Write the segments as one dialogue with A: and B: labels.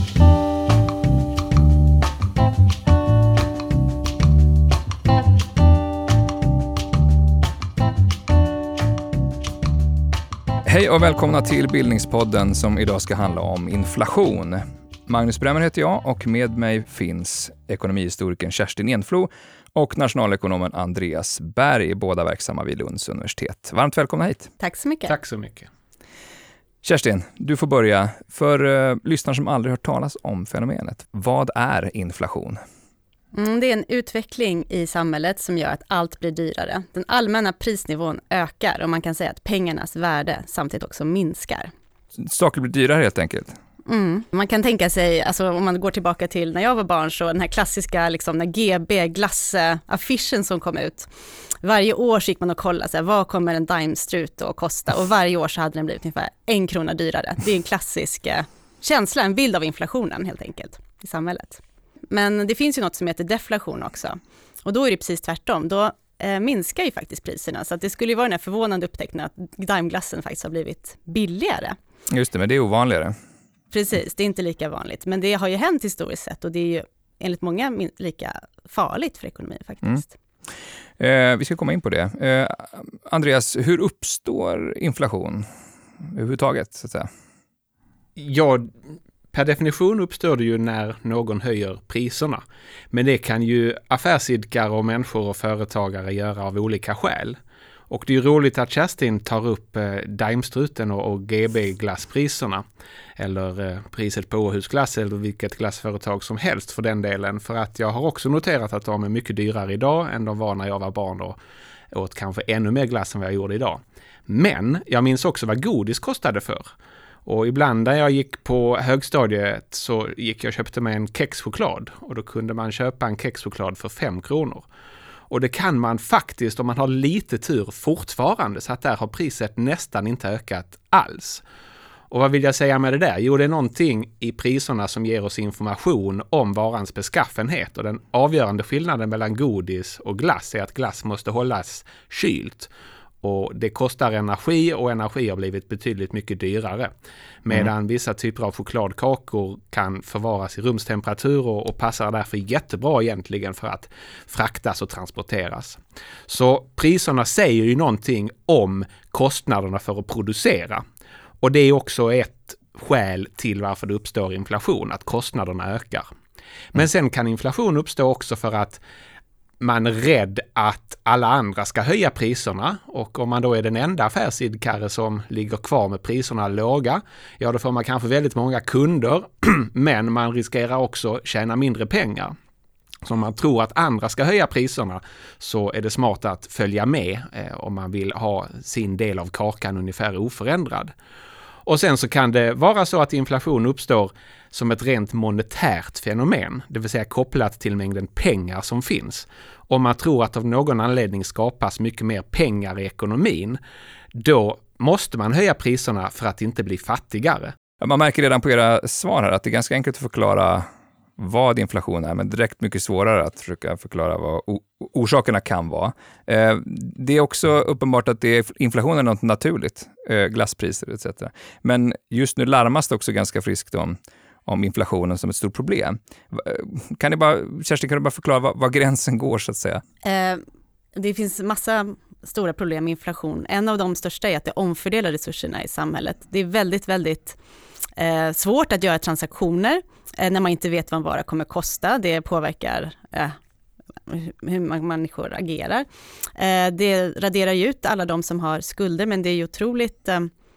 A: Hej och välkomna till Bildningspodden som idag ska handla om inflation. Magnus Bremmer heter jag och med mig finns ekonomihistorikern Kerstin Enflo och nationalekonomen Andreas Berg, båda verksamma vid Lunds universitet. Varmt välkomna hit.
B: Tack så mycket.
C: Tack så mycket.
A: Kerstin, du får börja. För lyssnare som aldrig hört talas om fenomenet, vad är inflation?
B: Det är en utveckling i samhället som gör att allt blir dyrare. Den allmänna prisnivån ökar och man kan säga att pengarnas värde samtidigt också minskar.
A: Saker blir dyrare helt enkelt.
B: Man kan tänka sig, alltså om man går tillbaka till när jag var barn, så den här klassiska liksom, när GB glassaffischen som kom ut. Varje år så gick man och kollade så här, vad kommer en Daimstrut att kosta, och varje år så hade den blivit ungefär 1 krona dyrare. Det är en klassisk känsla, en bild av inflationen helt enkelt i samhället. Men det finns ju något som heter deflation också. Och då är det precis tvärtom. Då minskar ju faktiskt priserna. Så att det skulle ju vara den här förvånande upptäckten att Daimglassen faktiskt har blivit billigare.
A: Just det, men det är ovanligare.
B: Precis, det är inte lika vanligt. Men det har ju hänt historiskt sett och det är ju enligt många lika farligt för ekonomin faktiskt.
A: Vi ska komma in på det. Andreas, hur uppstår inflation överhuvudtaget så att säga?
C: Ja, per definition uppstår det ju när någon höjer priserna. Men det kan ju affärsidkare och människor och företagare göra av olika skäl. Och det är ju roligt att Kerstin tar upp Daimstruten och GB-glasspriserna. Eller priset på Åhusglass eller vilket glassföretag som helst för den delen. För att jag har också noterat att de är mycket dyrare idag än de var när jag var barn och åt kanske ännu mer glass än vad jag gjorde idag. Men jag minns också vad godis kostade för. Och ibland när jag gick på högstadiet så gick jag och köpte mig en kexchoklad. Och då kunde man köpa en kexchoklad för 5 kronor. Och det kan man faktiskt, om man har lite tur, fortfarande. Så att där har priset nästan inte ökat alls. Och vad vill jag säga med det där? Jo, det är någonting i priserna som ger oss information om varans beskaffenhet. Och den avgörande skillnaden mellan godis och glass är att glass måste hållas kylt. Och det kostar energi och energi har blivit betydligt mycket dyrare. Medan vissa typer av chokladkakor kan förvaras i rumstemperatur och passar därför jättebra egentligen för att fraktas och transporteras. Så priserna säger ju någonting om kostnaderna för att producera. Och det är också ett skäl till varför det uppstår inflation, att kostnaderna ökar. Men sen kan inflation uppstå också för att man är rädd att alla andra ska höja priserna, och om man då är den enda affärsidkare som ligger kvar med priserna låga, ja då får man kanske väldigt många kunder men man riskerar också tjäna mindre pengar. Så om man tror att andra ska höja priserna så är det smart att följa med om man vill ha sin del av kakan ungefär oförändrad. Och sen så kan det vara så att inflation uppstår som ett rent monetärt fenomen, det vill säga kopplat till mängden pengar som finns. Om man tror att av någon anledning skapas mycket mer pengar i ekonomin, då måste man höja priserna för att inte bli fattigare.
A: Man märker redan på era svar här att det är ganska enkelt att förklara vad inflation är, men direkt mycket svårare att försöka förklara vad orsakerna kan vara. Det är också uppenbart att inflation är något naturligt, glasspriser etc. Men just nu larmas det också ganska friskt om inflationen som ett stort problem. Kerstin, kan du bara förklara var gränsen går så att säga?
B: Det finns massa stora problem med inflation. En av de största är att det omfördelar resurserna i samhället. Det är väldigt, väldigt svårt att göra transaktioner när man inte vet vad en vara kommer kosta. Det påverkar hur människor agerar. Det raderar ju ut alla de som har skulder, men det är ju otroligt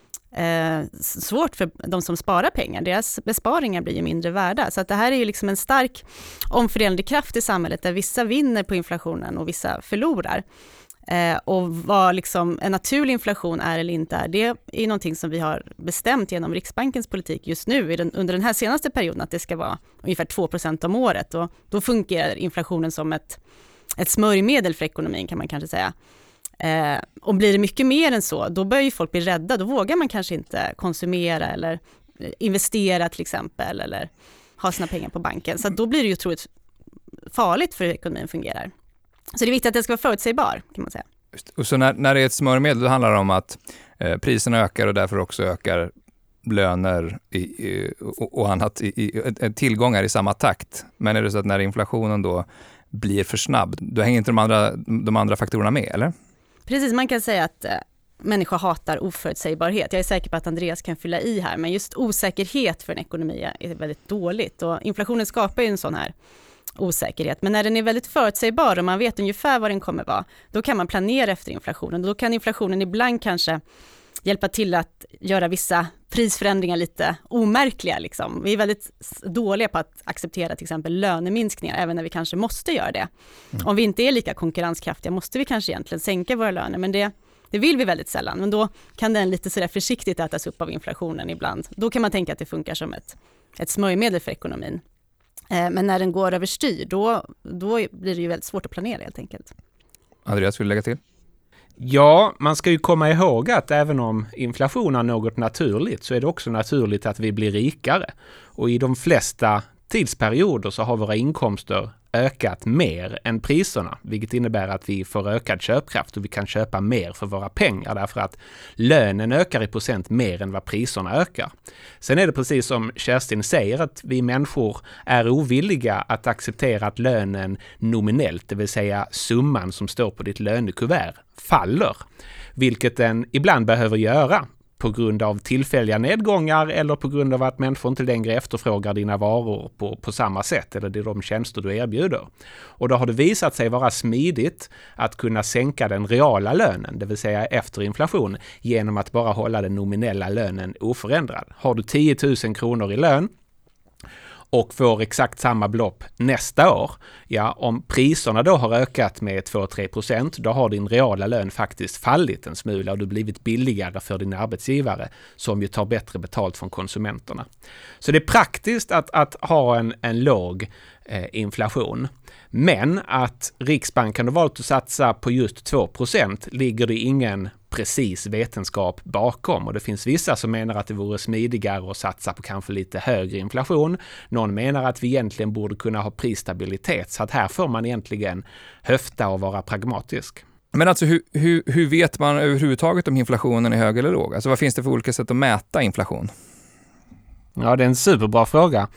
B: svårt för de som sparar pengar. Deras besparingar blir ju mindre värda. Så att det här är ju liksom en stark omfördelande kraft i samhället där vissa vinner på inflationen och vissa förlorar. Och vad liksom en naturlig inflation är eller inte är, det är någonting som vi har bestämt genom Riksbankens politik just nu under den här senaste perioden, att det ska vara ungefär 2% om året, och då funkar inflationen som ett smörjmedel för ekonomin, kan man kanske säga. Och blir det mycket mer än så, då börjar ju folk bli rädda, då vågar man kanske inte konsumera eller investera till exempel, eller ha sina pengar på banken, så då blir det ju otroligt farligt för hur ekonomin fungerar. Så det är viktigt att det ska vara förutsägbar, kan man säga.
A: Just. Och så när det är ett smörjmedel, då handlar det om att priserna ökar och därför också ökar löner och annat, tillgångar i samma takt. Men är det så att när inflationen då blir för snabb, då hänger inte de andra faktorerna med, eller?
B: Precis, man kan säga att människor hatar oförutsägbarhet. Jag är säker på att Andreas kan fylla i här, men just osäkerhet för en ekonomi är väldigt dåligt. Och inflationen skapar ju en sån här osäkerhet. Men när den är väldigt förutsägbar och man vet ungefär vad den kommer vara, då kan man planera efter inflationen. Då kan inflationen ibland kanske hjälpa till att göra vissa prisförändringar lite omärkliga. Liksom. Vi är väldigt dåliga på att acceptera till exempel löneminskningar, även när vi kanske måste göra det. Om vi inte är lika konkurrenskraftiga måste vi kanske egentligen sänka våra löner, men det vill vi väldigt sällan. Men då kan den lite sådär försiktigt ätas upp av inflationen ibland. Då kan man tänka att det funkar som ett smörjmedel för ekonomin. Men när den går överstyr, då blir det ju väldigt svårt att planera helt enkelt.
A: Andreas, vill du lägga till?
C: Ja, man ska ju komma ihåg att även om inflation är något naturligt så är det också naturligt att vi blir rikare. Och i de flesta tidsperioder så har våra inkomster ökat mer än priserna, vilket innebär att vi får ökad köpkraft och vi kan köpa mer för våra pengar därför att lönen ökar i procent mer än vad priserna ökar. Sen är det precis som Kerstin säger att vi människor är ovilliga att acceptera att lönen nominellt, det vill säga summan som står på ditt lönekuvert, faller, vilket den ibland behöver göra på grund av tillfälliga nedgångar eller på grund av att människor inte längre efterfrågar dina varor på samma sätt eller de tjänster du erbjuder. Och då har det visat sig vara smidigt att kunna sänka den reala lönen, det vill säga efter inflation, genom att bara hålla den nominella lönen oförändrad. Har du 10 000 kronor i lön och får exakt samma belopp nästa år, ja, om priserna då har ökat med 2-3%, då har din reala lön faktiskt fallit en smula och du blivit billigare för din arbetsgivare som ju tar bättre betalt från konsumenterna. Så det är praktiskt att ha en låg inflation. Men att Riksbanken har valt att satsa på just 2% ligger det ingen precis vetenskap bakom, och det finns vissa som menar att det vore smidigare att satsa på kanske lite högre inflation. Någon menar att vi egentligen borde kunna ha prisstabilitet, så att här får man egentligen höfta och vara pragmatisk.
A: Men alltså hur vet man överhuvudtaget om inflationen är hög eller låg? Alltså vad finns det för olika sätt att mäta inflation?
C: Ja, det är en superbra fråga.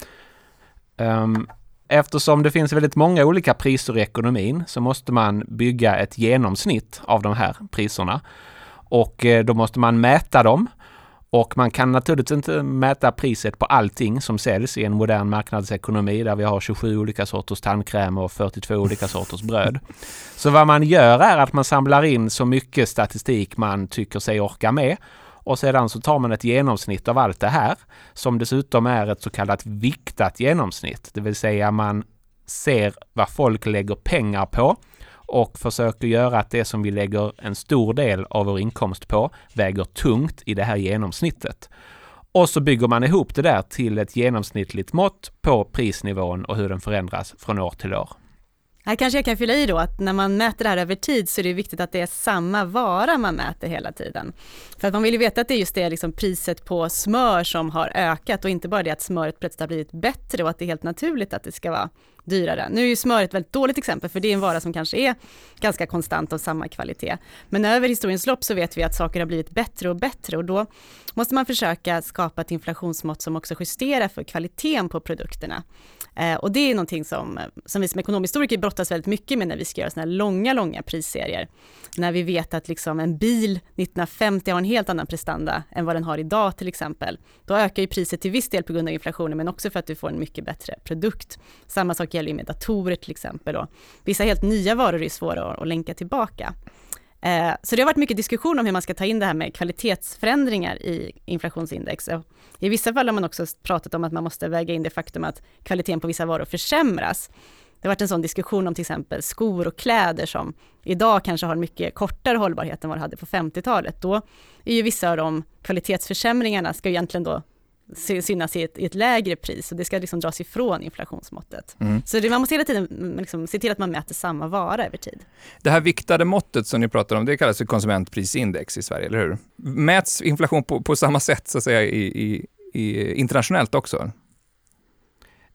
C: Eftersom det finns väldigt många olika priser i ekonomin så måste man bygga ett genomsnitt av de här priserna. Och då måste man mäta dem. Och man kan naturligtvis inte mäta priset på allting som säljs i en modern marknadsekonomi där vi har 27 olika sorters tandkräm och 42 olika sorters bröd. Så vad man gör är att man samlar in så mycket statistik man tycker sig orka med. Och sedan så tar man ett genomsnitt av allt det här som dessutom är ett så kallat viktat genomsnitt. Det vill säga man ser vad folk lägger pengar på och försöker göra att det som vi lägger en stor del av vår inkomst på väger tungt i det här genomsnittet. Och så bygger man ihop det där till ett genomsnittligt mått på prisnivån och hur den förändras från år till år.
B: Här kanske jag kan fylla i då att när man mäter det här över tid så är det viktigt att det är samma vara man mäter hela tiden. För att man vill ju veta att det är just det liksom priset på smör som har ökat och inte bara det att smöret plötsligt har blivit bättre och att det är helt naturligt att det ska vara dyrare. Nu är ju smöret ett väldigt dåligt exempel för det är en vara som kanske är ganska konstant av samma kvalitet. Men över historiens lopp så vet vi att saker har blivit bättre och bättre och då måste man försöka skapa ett inflationsmått som också justerar för kvaliteten på produkterna. Och det är någonting som vi som ekonomhistoriker brottas väldigt mycket med när vi ska göra såna här långa prisserier. När vi vet att liksom en bil 1950 har en helt annan prestanda än vad den har idag till exempel. Då ökar ju priset till viss del på grund av inflationen men också för att du får en mycket bättre produkt. Samma sak gäller ju med datorer till exempel. Och vissa helt nya varor är svåra att länka tillbaka. Så det har varit mycket diskussion om hur man ska ta in det här med kvalitetsförändringar i inflationsindex. I vissa fall har man också pratat om att man måste väga in det faktum att kvaliteten på vissa varor försämras. Det har varit en sån diskussion om till exempel skor och kläder som idag kanske har mycket kortare hållbarhet än vad det hade på 50-talet. Då är ju vissa av de kvalitetsförsämringarna ska ju egentligen då synas i ett lägre pris och det ska liksom dras ifrån inflationsmåttet. Så man måste hela tiden liksom se till att man mäter samma vara över tid.
A: Det här viktade måttet som ni pratar om, det kallas för konsumentprisindex i Sverige, eller hur? Mäts inflation på samma sätt så att säga i internationellt också?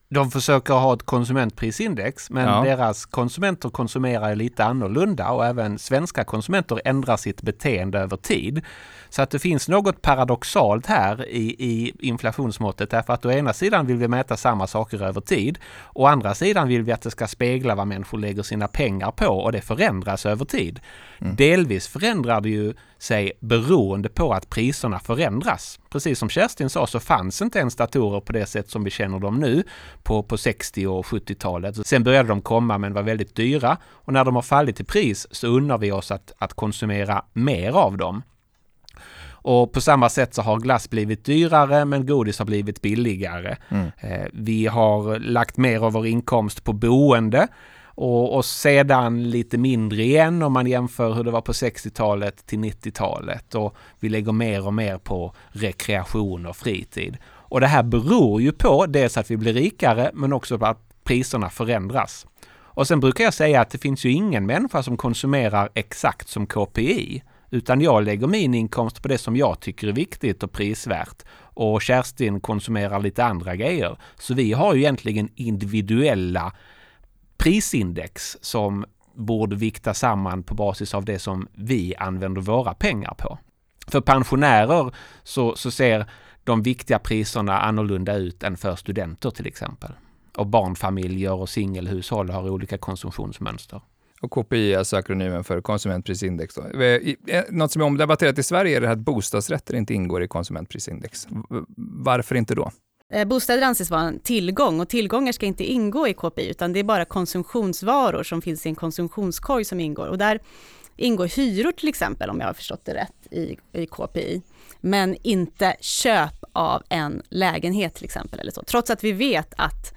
C: De försöker ha ett konsumentprisindex, men deras konsumenter konsumerar lite annorlunda och även svenska konsumenter ändrar sitt beteende över tid. Så att det finns något paradoxalt här i inflationsmåttet, därför att å ena sidan vill vi mäta samma saker över tid, och å andra sidan vill vi att det ska spegla vad människor lägger sina pengar på, och det förändras över tid. Delvis förändrar det ju sig beroende på att priserna förändras. Precis som Kerstin sa så fanns inte ens datorer på det sätt som vi känner dem nu på 60- och 70-talet. Sen började de komma men var väldigt dyra, och när de har fallit i pris så unnar vi oss att konsumera mer av dem. Och på samma sätt så har glass blivit dyrare men godis har blivit billigare. Vi har lagt mer av vår inkomst på boende och sedan lite mindre igen om man jämför hur det var på 60-talet till 90-talet. Och vi lägger mer och mer på rekreation och fritid. Och det här beror ju på dels att vi blir rikare men också på att priserna förändras. Och sen brukar jag säga att det finns ju ingen människa som konsumerar exakt som KPI. Utan jag lägger min inkomst på det som jag tycker är viktigt och prisvärt. Och Kerstin konsumerar lite andra grejer. Så vi har ju egentligen individuella prisindex som borde vikta samman på basis av det som vi använder våra pengar på. För pensionärer så ser de viktiga priserna annorlunda ut än för studenter till exempel. Och barnfamiljer och singelhushåll har olika konsumtionsmönster.
A: Och KPI är alltså akronymen för konsumentprisindex. Då. Något som är omdebatterat i Sverige är det här att bostadsrätter inte ingår i konsumentprisindex. Varför inte då?
B: Bostäder anses vara en tillgång, och tillgångar ska inte ingå i KPI, utan det är bara konsumtionsvaror som finns i en konsumtionskorg som ingår. Och där ingår hyror till exempel, om jag har förstått det rätt, i KPI. Men inte köp av en lägenhet till exempel. Eller så. Trots att vi vet att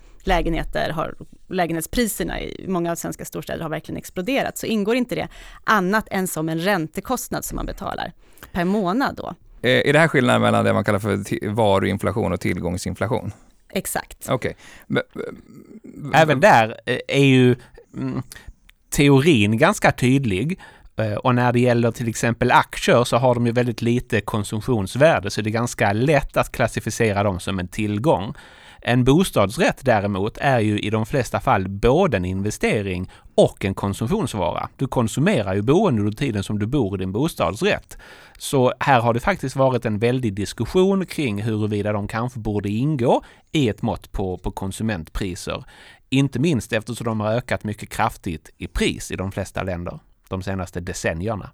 B: lägenhetspriserna i många av svenska storstäder har verkligen exploderat, så ingår inte det annat än som en räntekostnad som man betalar per månad då.
A: Är det här skillnaden mellan det man kallar för varuinflation och tillgångsinflation?
B: Exakt.
A: Okej.
C: Även där är ju teorin ganska tydlig. Och när det gäller till exempel aktier så har de ju väldigt lite konsumtionsvärde, så det är ganska lätt att klassificera dem som en tillgång. En bostadsrätt däremot är ju i de flesta fall både en investering och en konsumtionsvara. Du konsumerar ju boende under tiden som du bor i din bostadsrätt. Så här har det faktiskt varit en väldig diskussion kring huruvida de kanske borde ingå i ett mått på konsumentpriser. Inte minst eftersom de har ökat mycket kraftigt i pris i de flesta länder de senaste decennierna.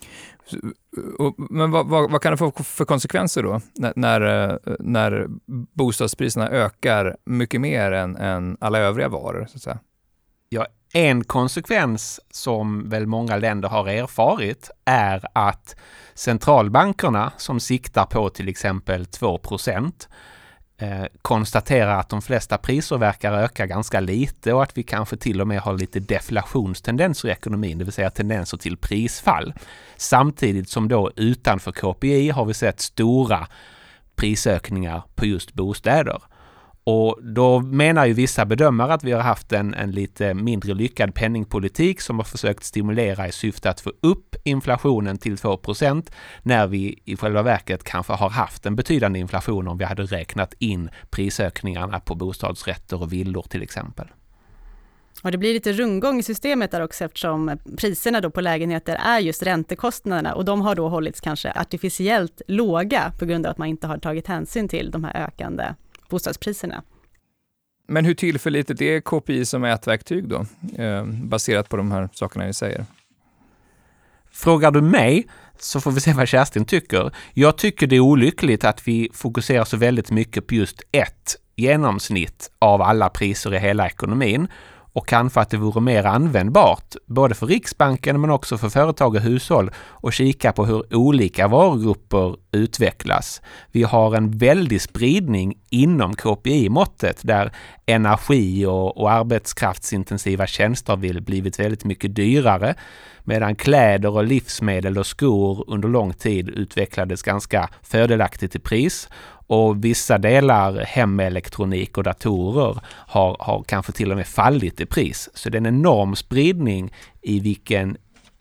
A: Men vad kan det få för konsekvenser då när bostadspriserna ökar mycket mer än alla övriga varor så att säga?
C: Ja, en konsekvens som väl många länder har erfarit är att centralbankerna som siktar på till exempel 2% konstaterar att de flesta priser verkar öka ganska lite och att vi kanske till och med har lite deflationstendenser i ekonomin, det vill säga tendenser till prisfall. Samtidigt som då utanför KPI har vi sett stora prisökningar på just bostäder. Och då menar ju vissa bedömare att vi har haft en lite mindre lyckad penningpolitik som har försökt stimulera i syfte att få upp inflationen till 2% när vi i själva verket kanske har haft en betydande inflation om vi hade räknat in prisökningarna på bostadsrätter och villor till exempel.
B: Och det blir lite rundgång i systemet där också, eftersom priserna då på lägenheter är just räntekostnaderna, och de har då hållits kanske artificiellt låga på grund av att man inte har tagit hänsyn till de här ökande bostadspriserna.
A: Men hur tillförlitligt är KPI som mätverktyg då, baserat på de här sakerna ni säger?
C: Frågar du mig så får vi se vad Kerstin tycker. Jag tycker det är olyckligt att vi fokuserar så väldigt mycket på just ett genomsnitt av alla priser i hela ekonomin, och kanske att det vore mer användbart både för Riksbanken men också för företag och hushåll och kika på hur olika varugrupper utvecklas. Vi har en väldig spridning inom KPI-måttet där energi och arbetskraftsintensiva tjänster blivit väldigt mycket dyrare, medan kläder och livsmedel och skor under lång tid utvecklades ganska fördelaktigt i pris. Och vissa delar hemelektronik och datorer har kanske till och med fallit i pris. Så det är en enorm spridning i vilken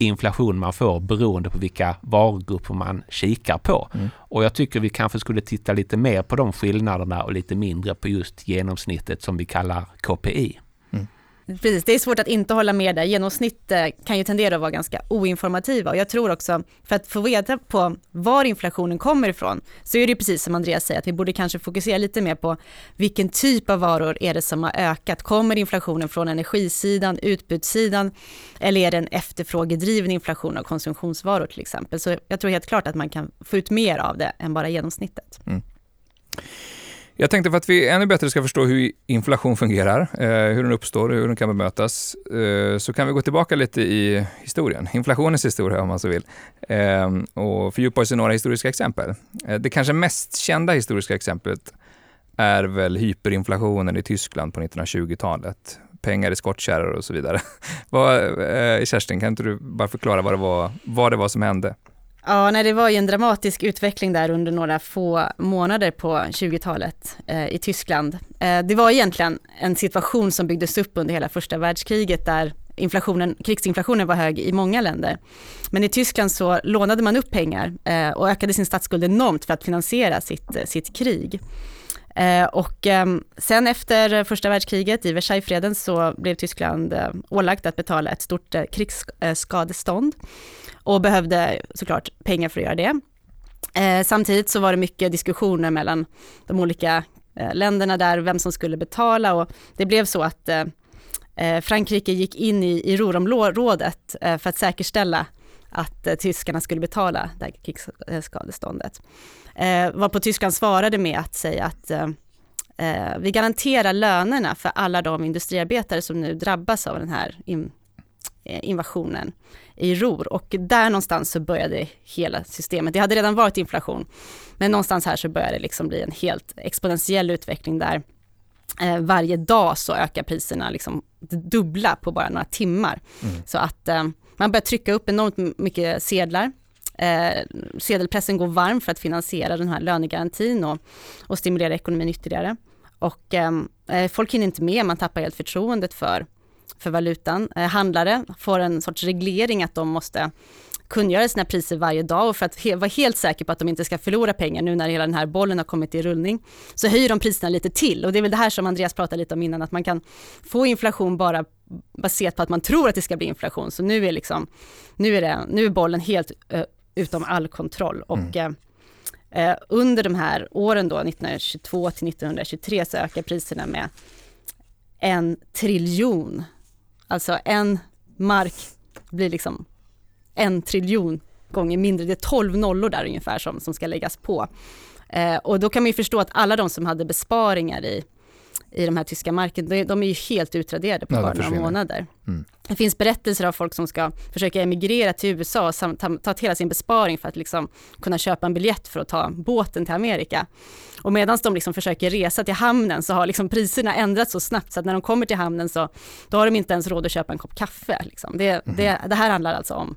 C: inflation man får beroende på vilka varugrupper man kikar på. Och jag tycker vi kanske skulle titta lite mer på de skillnaderna och lite mindre på just genomsnittet som vi kallar KPI.
B: Precis, det är svårt att inte hålla med där. Genomsnitt kan ju tendera att vara ganska oinformativa och jag tror också, för att få veta på var inflationen kommer ifrån, så är det precis som Andreas säger, att vi borde kanske fokusera lite mer på vilken typ av varor är det som har ökat. Kommer inflationen från energisidan, utbudssidan, eller är det en efterfrågedriven inflation av konsumtionsvaror till exempel? Så jag tror helt klart att man kan få ut mer av det än bara genomsnittet.
A: Jag tänkte för att vi ännu bättre ska förstå hur inflation fungerar, hur den uppstår och hur den kan bemötas, så kan vi gå tillbaka lite i historien, inflationens historia om man så vill, och fördjupa oss i några historiska exempel. Det kanske mest kända historiska exemplet är väl hyperinflationen i Tyskland på 1920-talet. Pengar i skottkärror och så vidare. Kerstin, kan inte du bara förklara vad det var som hände?
B: Ja, det var ju en dramatisk utveckling där under några få månader på 20-talet i Tyskland. Det var egentligen en situation som byggdes upp under hela första världskriget där krigsinflationen var hög i många länder. Men i Tyskland så lånade man upp pengar och ökade sin statsskuld enormt för att finansiera sitt krig. Och sen efter första världskriget i Versaillesfreden så blev Tyskland ålagt att betala ett stort krigsskadestånd och behövde såklart pengar för att göra det. Samtidigt så var det mycket diskussioner mellan de olika länderna där, vem som skulle betala, och det blev så att Frankrike gick in i Ruhrområdet för att säkerställa att tyskarna skulle betala det här krigsskadeståndet. Varpå Tyskland svarade med att säga att vi garanterar lönerna för alla de industriarbetare som nu drabbas av den här invasionen i Ruhr, och där någonstans så började hela systemet. Det hade redan varit inflation, men någonstans här så började det liksom bli en helt exponentiell utveckling där varje dag så ökar priserna liksom dubbla på bara några timmar. Så att man börjar trycka upp enormt mycket sedlar. Sedelpressen går varm för att finansiera den här lönegarantin och stimulera ekonomin ytterligare. Och folk hinner inte med, man tappar helt förtroendet för valutan. Handlare får en sorts reglering att de måste kungöra sina priser varje dag, och för att vara helt säker på att de inte ska förlora pengar nu när hela den här bollen har kommit i rullning, så höjer de priserna lite till. Och det är väl det här som Andreas pratade lite om innan, att man kan få inflation bara baserat på att man tror att det ska bli inflation. Så nu är bollen helt utom all kontroll. Och under de här åren då, 1922 till 1923, så ökar priserna med 1 triljon. Alltså en mark blir liksom 1 triljon gånger mindre. Det är 12 nollor där ungefär som ska läggas på. Och då kan man ju förstå att alla de som hade besparingar i de här tyska marken, de är ju helt utraderade på bara några månader. Det finns berättelser av folk som ska försöka emigrera till USA och ta hela sin besparing för att liksom kunna köpa en biljett för att ta båten till Amerika. Och medan de liksom försöker resa till hamnen så har liksom priserna ändrats så snabbt så att när de kommer till hamnen så då har de inte ens råd att köpa en kopp kaffe. Liksom. Det här handlar alltså om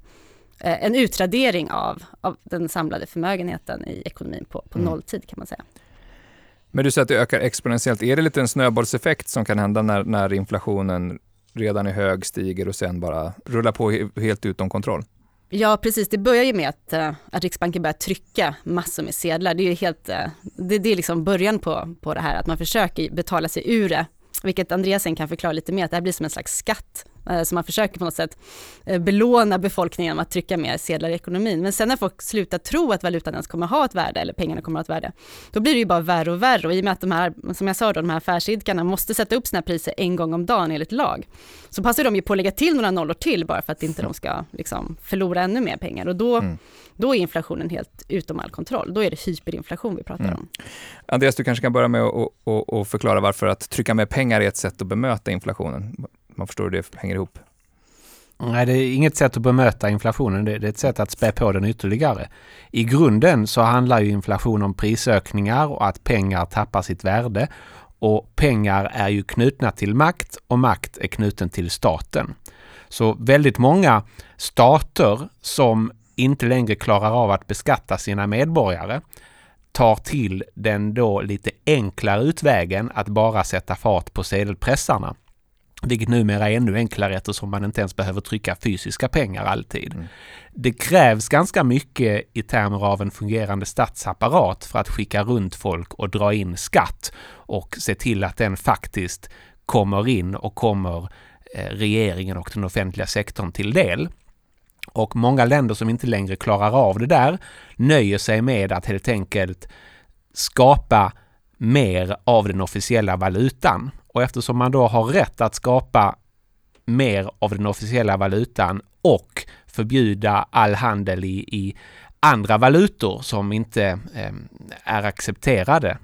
B: en utradering av den samlade förmögenheten i ekonomin på nolltid, kan man säga.
A: Men du säger att det ökar exponentiellt. Är det lite en snöbollseffekt som kan hända när inflationen redan är hög, stiger och sen bara rullar på helt utom kontroll?
B: Ja, precis. Det börjar ju med att Riksbanken börjar trycka massor med sedlar. Det är ju det är liksom början på det här, att man försöker betala sig ur det. Vilket Andreas sen kan förklara lite mer, att det här blir som en slags skatt. Så man försöker på något sätt belåna befolkningen genom att trycka mer sedlar i ekonomin. Men sen när folk slutar tro att valutan ens kommer ha ett värde, eller pengarna kommer ha ett värde, då blir det ju bara värre och värre. Och i och med att de här, som jag sa då, de här affärsidkarna måste sätta upp sina priser en gång om dagen enligt lag, så passar de ju på att lägga till några nollor till bara för att inte de ska liksom förlora ännu mer pengar. Och då är inflationen helt utom all kontroll. Då är det hyperinflation vi pratar om.
A: Andreas, du kanske kan börja med att förklara varför att trycka med pengar är ett sätt att bemöta inflationen. Man förstår hur det hänger ihop.
C: Nej, det är inget sätt att bemöta inflationen. Det är ett sätt att spä på den ytterligare. I grunden så handlar ju inflation om prisökningar och att pengar tappar sitt värde. Och pengar är ju knutna till makt, och makt är knuten till staten. Så väldigt många stater som inte längre klarar av att beskatta sina medborgare tar till den då lite enklare utvägen att bara sätta fart på sedelpressarna. Vilket numera är ännu enklare eftersom man inte ens behöver trycka fysiska pengar alltid. Det krävs ganska mycket i termer av en fungerande statsapparat för att skicka runt folk och dra in skatt och se till att den faktiskt kommer in och kommer regeringen och den offentliga sektorn till del. Och många länder som inte längre klarar av det där nöjer sig med att helt enkelt skapa mer av den officiella valutan. Och eftersom man då har rätt att skapa mer av den officiella valutan och förbjuda all handel i andra valutor som inte är accepterade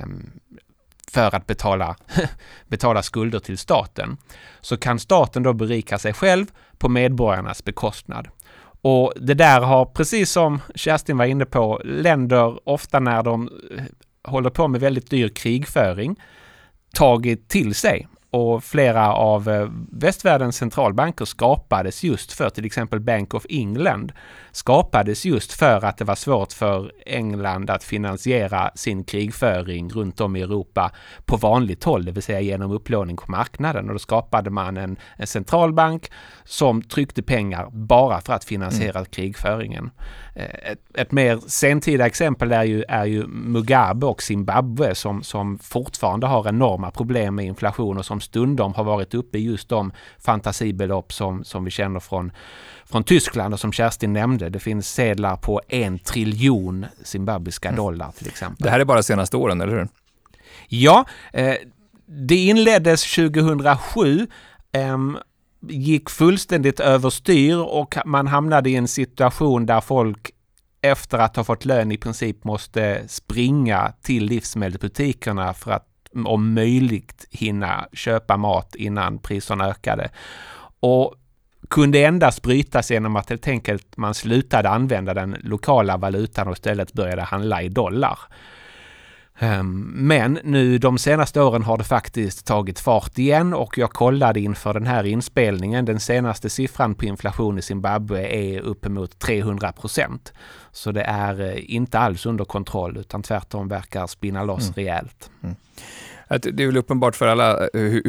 C: för att betala skulder till staten, så kan staten då berika sig själv på medborgarnas bekostnad. Och det där har, precis som Kerstin var inne på, länder ofta när de håller på med väldigt dyr krigföring tagit till sig. Och flera av västvärldens centralbanker skapades just för, till exempel Bank of England, skapades just för att det var svårt för England att finansiera sin krigföring runt om i Europa på vanligt håll, det vill säga genom upplåning på marknaden. Och då skapade man en centralbank som tryckte pengar bara för att finansiera krigföringen. Ett mer sentida exempel är ju Mugabe och Zimbabwe som fortfarande har enorma problem med inflation och som stundom har varit uppe i just de fantasibelopp som vi känner från Tyskland och som Kerstin nämnde. Det finns sedlar på 1 triljon zimbabwiska dollar till exempel.
A: Det här är bara senaste åren, eller hur?
C: Ja, det inleddes 2007, gick fullständigt överstyr och man hamnade i en situation där folk efter att ha fått lön i princip måste springa till livsmedelsbutikerna för att om möjligt hinna köpa mat innan priserna ökade. Och kunde endast brytas genom att helt enkelt man slutade använda den lokala valutan och istället började handla i dollar. Men nu de senaste åren har det faktiskt tagit fart igen och jag kollade inför den här inspelningen. Den senaste siffran på inflation i Zimbabwe är uppemot 300%. Så det är inte alls under kontroll utan tvärtom verkar spinna loss rejält.
A: Det är väl uppenbart för alla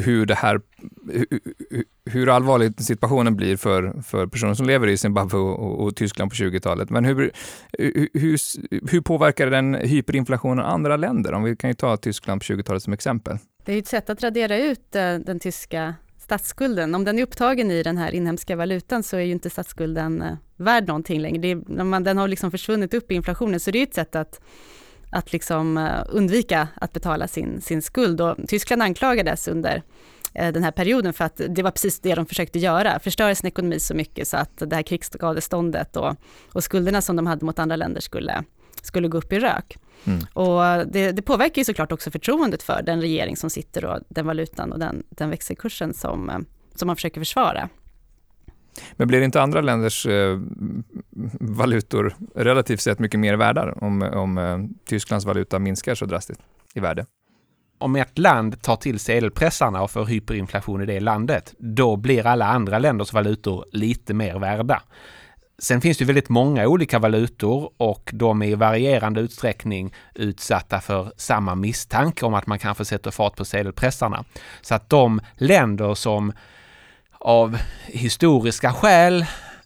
A: hur allvarlig situationen blir för personer som lever i Zimbabwe och Tyskland på 20-talet. Men hur påverkar den hyperinflationen andra länder? Om vi kan ju ta Tyskland på 20-talet som exempel. Det
B: är ett sätt att radera ut den tyska statsskulden. Om den är upptagen i den här inhemska valutan så är ju inte statsskulden värd någonting längre. Den har liksom försvunnit upp i inflationen, så det är ett sätt att liksom undvika att betala sin skuld. Och Tyskland anklagades under den här perioden för att det var precis det de försökte göra. Förstöra sin ekonomi så mycket så att det här krigsskadeståndet och skulderna som de hade mot andra länder skulle gå upp i rök. Och det påverkar ju såklart också förtroendet för den regering som sitter och den valutan och den växelkursen som man försöker försvara.
A: Men blir inte andra länders valutor relativt sett mycket mer värda om Tysklands valuta minskar så drastiskt i värde?
C: Om ett land tar till sedelpressarna och får hyperinflation i det landet, då blir alla andra länders valutor lite mer värda. Sen finns det väldigt många olika valutor och de är i varierande utsträckning utsatta för samma misstanke om att man kanske sätter fart på sedelpressarna. Så att de länder som av historiska skäl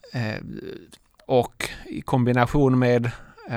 C: och i kombination med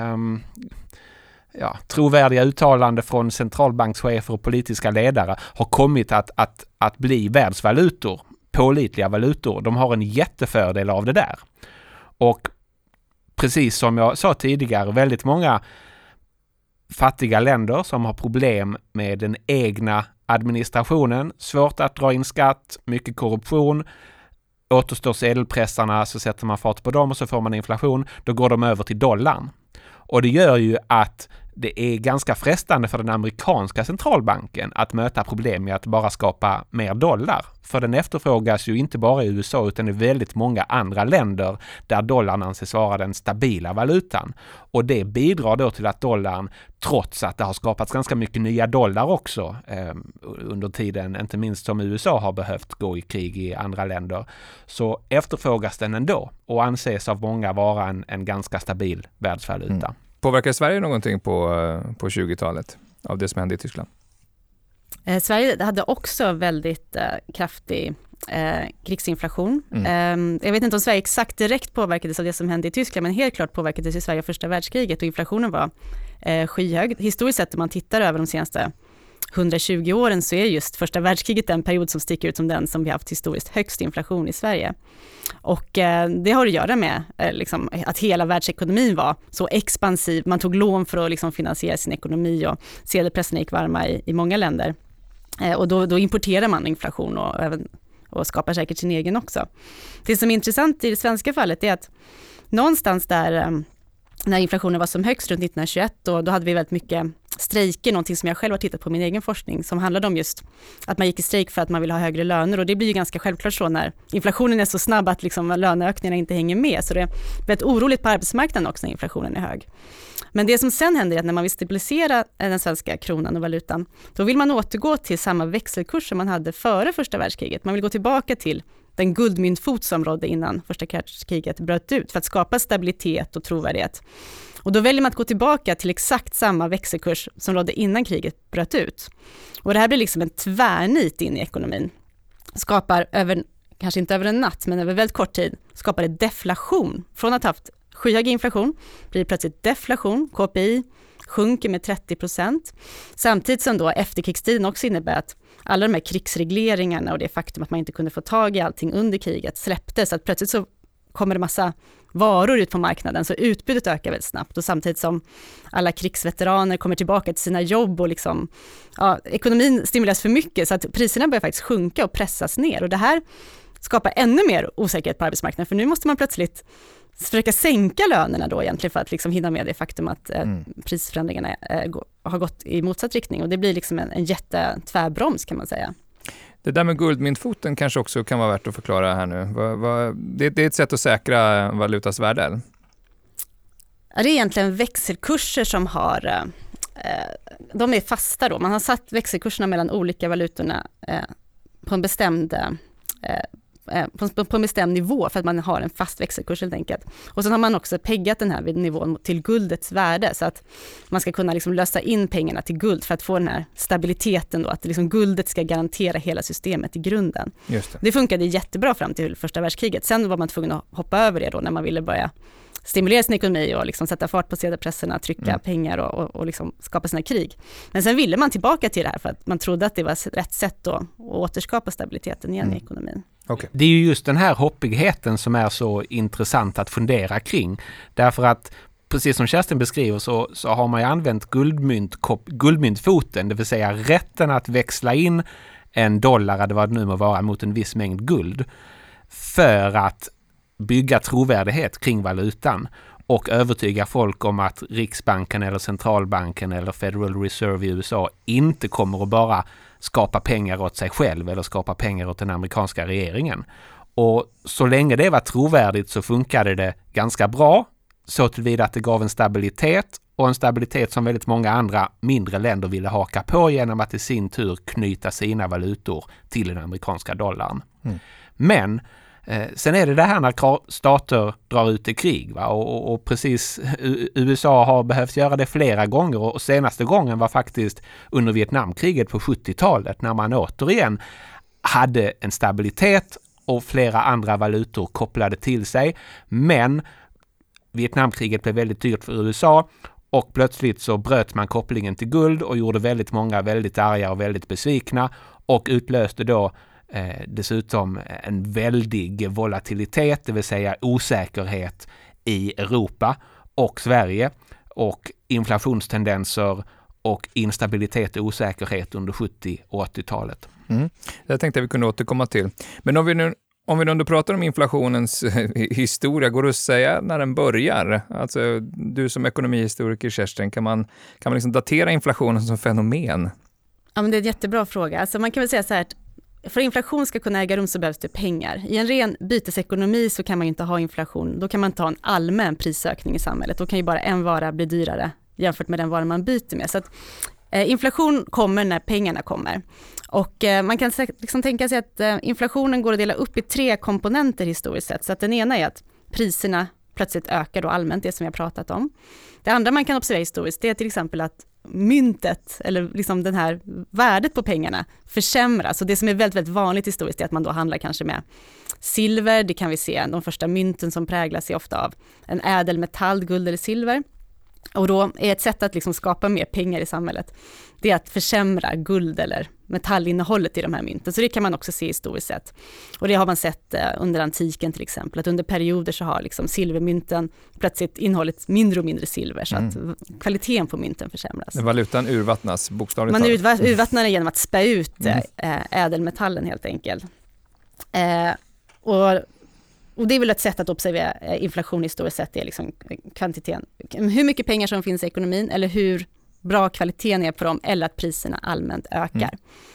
C: trovärdiga uttalanden från centralbankschefer och politiska ledare har kommit att bli världsvalutor, pålitliga valutor. De har en jättefördel av det där. Och precis som jag sa tidigare, väldigt många fattiga länder som har problem med den egna administrationen, svårt att dra in skatt, mycket korruption, återstår sedelpressarna så sätter man fart på dem och så får man inflation, då går de över till dollarn. Och det gör ju att det är ganska frestande för den amerikanska centralbanken att möta problem med att bara skapa mer dollar. För den efterfrågas ju inte bara i USA utan i väldigt många andra länder där dollarn anses vara den stabila valutan. Och det bidrar då till att dollarn, trots att det har skapats ganska mycket nya dollar också under tiden, inte minst som USA har behövt gå i krig i andra länder, så efterfrågas den ändå och anses av många vara en ganska stabil världsvaluta.
A: Påverkar Sverige någonting på 20-talet av det som hände i Tyskland?
B: Sverige hade också väldigt kraftig krigsinflation. Jag vet inte om Sverige exakt direkt påverkades av det som hände i Tyskland, men helt klart påverkades i Sverige av första världskriget och inflationen var skyhög. Historiskt sett, om man tittar över de senaste 120 åren, så är just första världskriget den period som sticker ut som den som vi haft historiskt högst inflation i Sverige. Och det har att göra med liksom, att hela världsekonomin var så expansiv. Man tog lån för att liksom, finansiera sin ekonomi och sedelpressarna gick varma i många länder. Och då importerar man inflation och skapar säkert sin egen också. Det som är intressant i det svenska fallet är att någonstans där när inflationen var som högst runt 1921 och då hade vi väldigt mycket strejker, någonting som jag själv har tittat på i min egen forskning som handlade om just att man gick i strejk för att man vill ha högre löner och det blir ju ganska självklart så när inflationen är så snabb att liksom löneökningarna inte hänger med, så det är väldigt oroligt på arbetsmarknaden också när inflationen är hög. Men det som sen händer är att när man vill stabilisera den svenska kronan och valutan, då vill man återgå till samma växelkurs som man hade före första världskriget. Man vill gå tillbaka till den guldmyntfot som rådde innan första världskriget bröt ut för att skapa stabilitet och trovärdighet. Och då väljer man att gå tillbaka till exakt samma växelkurs som rådde innan kriget bröt ut. Och det här blir liksom en tvärnit in i ekonomin. Skapar kanske inte över en natt, men över väldigt kort tid, skapar det deflation. Från att ha haft skyhög inflation blir det plötsligt deflation. KPI sjunker med 30%. Samtidigt som då efterkrigstiden också innebär att alla de här krigsregleringarna och det faktum att man inte kunde få tag i allting under kriget släpptes. Så att plötsligt så kommer det massa varor ut på marknaden, så utbudet ökar väldigt snabbt och samtidigt som alla krigsveteraner kommer tillbaka till sina jobb och liksom, ekonomin stimuleras för mycket så att priserna börjar faktiskt sjunka och pressas ner, och det här skapar ännu mer osäkerhet på arbetsmarknaden, för nu måste man plötsligt försöka sänka lönerna då egentligen för att liksom hinna med det faktum att prisförändringarna har gått i motsatt riktning, och det blir liksom en jättetvärбroms kan man säga.
A: Det där med guldmyntfoten kanske också kan vara värt att förklara här nu. Det är ett sätt att säkra valutas värde?
B: Ja, det är egentligen växelkurser som har, de är fasta då. Man har satt växelkurserna mellan olika valutorna på en bestämd nivå för att man har en fast växelkurs helt enkelt. Och sen har man också peggat den här vid nivån till guldets värde så att man ska kunna liksom lösa in pengarna till guld för att få den här stabiliteten då, att liksom guldet ska garantera hela systemet i grunden.
A: Just det.
B: Det funkade jättebra fram till första världskriget. Sen var man tvungen att hoppa över det då när man ville börja stimulera sin ekonomi och liksom sätta fart på sedelpresserna, trycka pengar och liksom skapa sina krig. Men sen ville man tillbaka till det här för att man trodde att det var rätt sätt att återskapa stabiliteten igen i ekonomin.
C: Okay. Det är ju just den här hoppigheten som är så intressant att fundera kring. Därför att precis som Kerstin beskriver så har man ju använt guldmyntfoten, det vill säga rätten att växla in en dollar eller vad det nu må vara mot en viss mängd guld för att bygga trovärdighet kring valutan och övertyga folk om att Riksbanken eller centralbanken eller Federal Reserve i USA inte kommer att bara skapa pengar åt sig själv eller skapa pengar åt den amerikanska regeringen. Och så länge det var trovärdigt så funkade det ganska bra, så tillvida att det gav en stabilitet, och en stabilitet som väldigt många andra mindre länder ville haka på genom att i sin tur knyta sina valutor till den amerikanska dollarn. Men sen är det här när stater drar ut i krig, va? Och precis USA har behövt göra det flera gånger, och senaste gången var faktiskt under Vietnamkriget på 70-talet när man återigen hade en stabilitet och flera andra valutor kopplade till sig, men Vietnamkriget blev väldigt dyrt för USA och plötsligt så bröt man kopplingen till guld och gjorde väldigt många väldigt arga och väldigt besvikna och utlöste då dessutom en väldig volatilitet, det vill säga osäkerhet i Europa och Sverige, och inflationstendenser och instabilitet och osäkerhet under 70- och 80-talet.
A: Det tänkte jag vi kunde återkomma till. Men om vi nu pratar om inflationens historia, går det att säga när den börjar? Alltså, du som ekonomihistoriker, Kerstin, kan man liksom datera inflationen som fenomen?
B: Ja, men det är en jättebra fråga. Alltså, man kan väl säga så här att för att inflation ska kunna äga rum så behövs det pengar. I en ren bytesekonomi så kan man ju inte ha inflation. Då kan man ta en allmän prisökning i samhället. Då kan ju bara en vara bli dyrare jämfört med den vara man byter med. Så att inflation kommer när pengarna kommer. Och man kan liksom tänka sig att inflationen går att dela upp i 3 komponenter historiskt sett. Så att den ena är att priserna plötsligt ökar då allmänt, det som jag pratat om. Det andra man kan observera historiskt, det är till exempel att myntet eller liksom den här värdet på pengarna försämras. Och det som är väldigt, väldigt vanligt historiskt är att man då handlar kanske med silver. Det kan vi se, de första mynten som präglas är ofta av en ädelmetall, guld eller silver. Och då är ett sätt att liksom skapa mer pengar i samhället, det är att försämra guld eller metallinnehållet i de här mynten. Så det kan man också se historiskt sett. Och det har man sett under antiken till exempel, att under perioder så har liksom silvermynten plötsligt innehållit mindre och mindre silver, så att kvaliteten på mynten försämras.
A: Valutan urvattnas bokstavligt
B: man urvattnar den genom att spä ut ädelmetallen helt enkelt. Och det är väl ett sätt att observera inflation historiskt sett, är liksom kvantiteten. Hur mycket pengar som finns i ekonomin eller hur bra kvaliteten är på dem, eller att priserna allmänt ökar.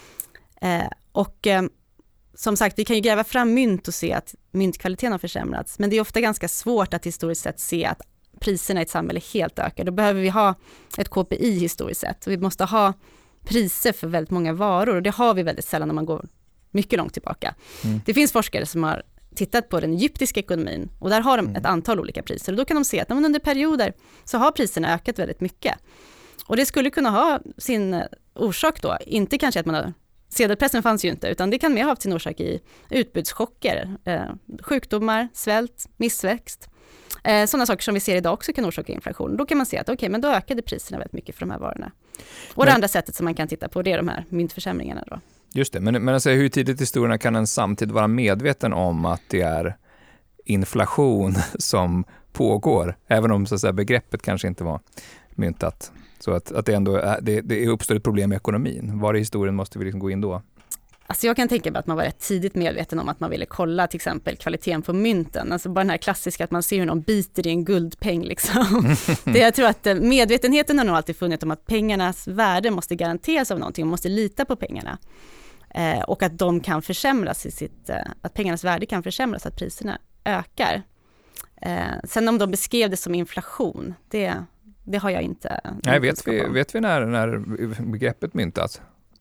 B: Som sagt, vi kan ju gräva fram mynt och se att myntkvaliteten har försämrats, men det är ofta ganska svårt att historiskt sett se att priserna i ett samhälle helt ökar. Då behöver vi ha ett KPI historiskt sett. Vi måste ha priser för väldigt många varor, och det har vi väldigt sällan när man går mycket långt tillbaka. Det finns forskare som har tittat på den egyptiska ekonomin, och där har de ett antal olika priser, och då kan de se att under perioder så har priserna ökat väldigt mycket. Och det skulle kunna ha sin orsak då, inte kanske att man har, sedelpressen fanns ju inte, utan det kan mer ha sin orsak i utbudschocker, sjukdomar, svält, missväxt. Sådana saker som vi ser idag också kan orsaka inflation. Då kan man se att men då ökade priserna väldigt mycket för de här varorna. Och det andra sättet som man kan titta på, det är de här myntförsämringarna då.
A: Just det, men alltså, hur tidigt i historien kan en samtidigt vara medveten om att det är inflation som pågår, även om så att säga, begreppet kanske inte var myntat. Så att det ändå det uppstår ett problem i ekonomin. Var i historien måste vi liksom gå in då?
B: Alltså jag kan tänka mig att man var rätt tidigt medveten om att man ville kolla till exempel kvaliteten på mynten. Alltså bara den här klassiska att man ser hur någon biter i en guldpeng liksom. Jag tror att medvetenheten har nog alltid funnits om att pengarnas värde måste garanteras av någonting. Man måste lita på pengarna. Och att de kan försämras att pengarnas värde kan försämras, att priserna ökar. Sen om de beskrev det som inflation, det har jag inte.
A: Nej, vet vi när begreppet myntas?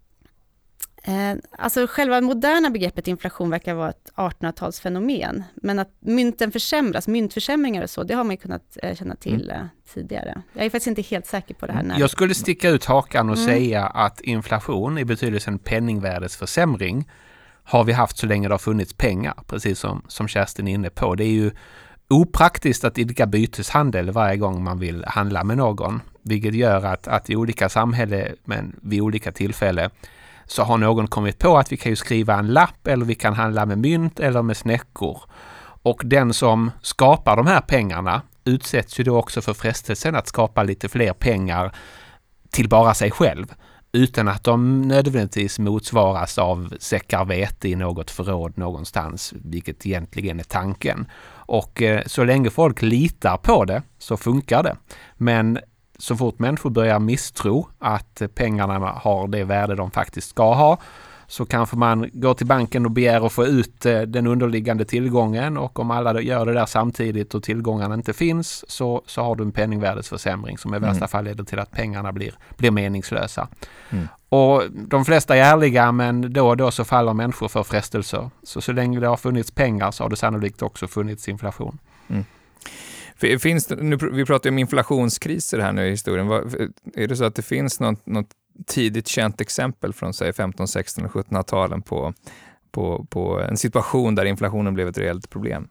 B: Alltså själva moderna begreppet inflation verkar vara ett 1800-talsfenomen. Men att mynten försämras, myntförsämringar och så, det har man ju kunnat känna till tidigare. Jag är faktiskt inte helt säker på det här.
C: Jag skulle sticka ut hakan och säga att inflation i betydelsen penningvärdesförsämring har vi haft så länge det har funnits pengar, precis som Kerstin är inne på. Det är ju opraktiskt att idka byteshandel varje gång man vill handla med någon, vilket gör att i olika samhällen, men vid olika tillfällen, så har någon kommit på att vi kan ju skriva en lapp, eller vi kan handla med mynt eller med snäckor. Och den som skapar de här pengarna utsätts ju då också för frestelsen att skapa lite fler pengar till bara sig själv, utan att de nödvändigtvis motsvaras av säckar vete i något förråd någonstans, vilket egentligen är tanken. Och så länge folk litar på det så funkar det. Men så fort människor börjar misstro att pengarna har det värde de faktiskt ska ha, så kanske man går till banken och begär att få ut den underliggande tillgången, och om alla gör det där samtidigt och tillgångarna inte finns, så har du en penningvärdesförsämring som i värsta fall leder till att pengarna blir meningslösa. Och de flesta är ärliga, men då och då så faller människor för frestelser. Så länge det har funnits pengar så har det sannolikt också funnits inflation.
A: Vi pratar om inflationskriser här nu i historien. Är det så att det finns något tidigt känt exempel från säg 15, 16 och 1700-talen på en situation där inflationen blev ett reellt problem?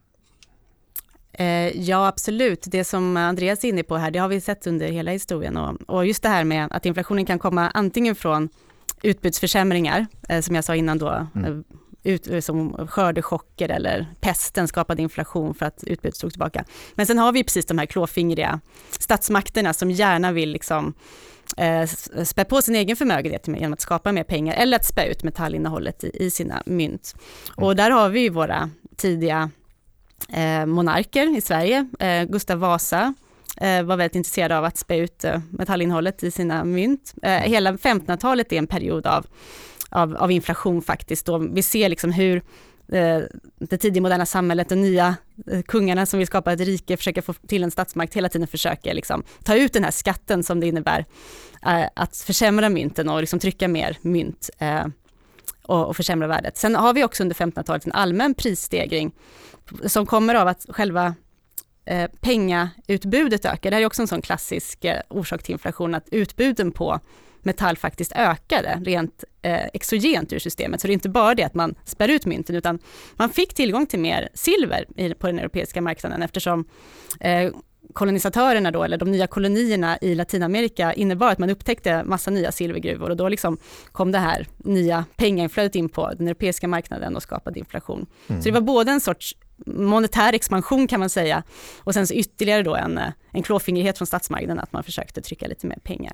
B: Ja, absolut. Det som Andreas är inne på här, det har vi sett under hela historien. Och just det här med att inflationen kan komma antingen från utbudsförsämringar, som jag sa innan då, som skördechocker eller pesten skapade inflation för att utbudet stod tillbaka. Men sen har vi precis de här klåfingriga statsmakterna som gärna vill liksom spä på sin egen förmögenhet genom att skapa mer pengar eller att spä ut metallinnehållet i sina mynt. Och där har vi ju våra tidiga monarker i Sverige. Gustav Vasa var väldigt intresserad av att spä ut metallinnehållet i sina mynt. Hela 1500-talet är en period av inflation faktiskt. Då vi ser liksom hur det tidiga moderna samhället och nya kungarna som vill skapa ett rike försöker få till en statsmakt hela tiden försöker liksom ta ut den här skatten som det innebär att försämra mynten och liksom trycka mer mynt och försämra värdet. Sen har vi också under 1500-talet en allmän prisstegring som kommer av att själva pengautbudet ökar. Det här är också en sån klassisk orsak till inflation, att utbuden på metall faktiskt ökade rent exogent ur systemet. Så det är inte bara det att man spär ut mynten, utan man fick tillgång till mer silver på den europeiska marknaden, eftersom kolonisatörerna då, eller de nya kolonierna i Latinamerika, innebar att man upptäckte massa nya silvergruvor, och då liksom kom det här nya pengainflödet in på den europeiska marknaden och skapade inflation. Så det var både en sorts monetär expansion kan man säga, och sen så ytterligare då en klåfingrighet från statsmarknaden att man försökte trycka lite mer pengar.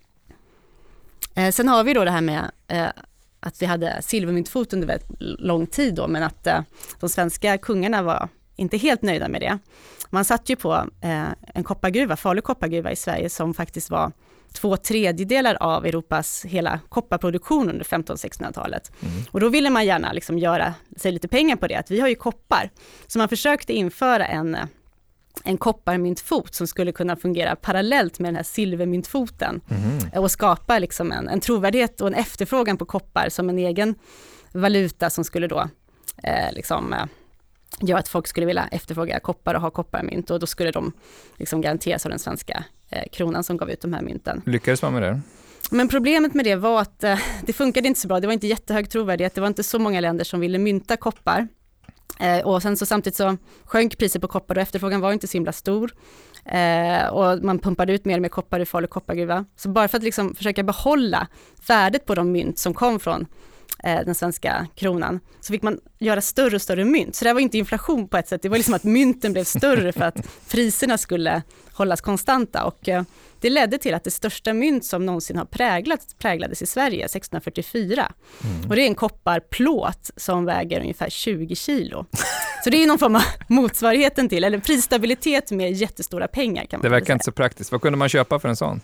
B: Sen har vi då det här med att vi hade silvermyntfot under väldigt lång tid då, men att de svenska kungarna var inte helt nöjda med det. Man satt ju på en koppargruva, Falu koppargruva i Sverige, som faktiskt var 2/3 av Europas hela kopparproduktion under 1500-1600-talet. Och då ville man gärna liksom göra sig lite pengar på det, att vi har ju koppar. Så man försökte införa en kopparmyntfot som skulle kunna fungera parallellt med den här silvermyntfoten och skapa liksom en trovärdighet och en efterfrågan på koppar som en egen valuta som skulle då göra att folk skulle vilja efterfråga koppar och ha kopparmynt, och då skulle de liksom garanteras av den svenska kronan som gav ut de här mynten.
A: Lyckades man med det?
B: Men problemet med det var att det funkade inte så bra. Det var inte jättehög trovärdighet. Det var inte så många länder som ville mynta koppar. Och sen så samtidigt så sjönk priset på koppar och efterfrågan var inte så himla stor. Och man pumpade ut mer och mer koppar i Falu koppargruva. Så bara för att liksom försöka behålla värdet på de mynt som kom från den svenska kronan, så fick man göra större och större mynt. Så det var inte inflation på ett sätt. Det var liksom att mynten blev större för att priserna skulle hållas konstanta. Och det ledde till att det största mynt som någonsin har präglades i Sverige 1644. Och det är en kopparplåt som väger ungefär 20 kilo. Så det är någon form av motsvarigheten till, eller prisstabilitet med jättestora pengar kan man säga.
A: Det verkar inte så praktiskt. Vad kunde man köpa för en sån?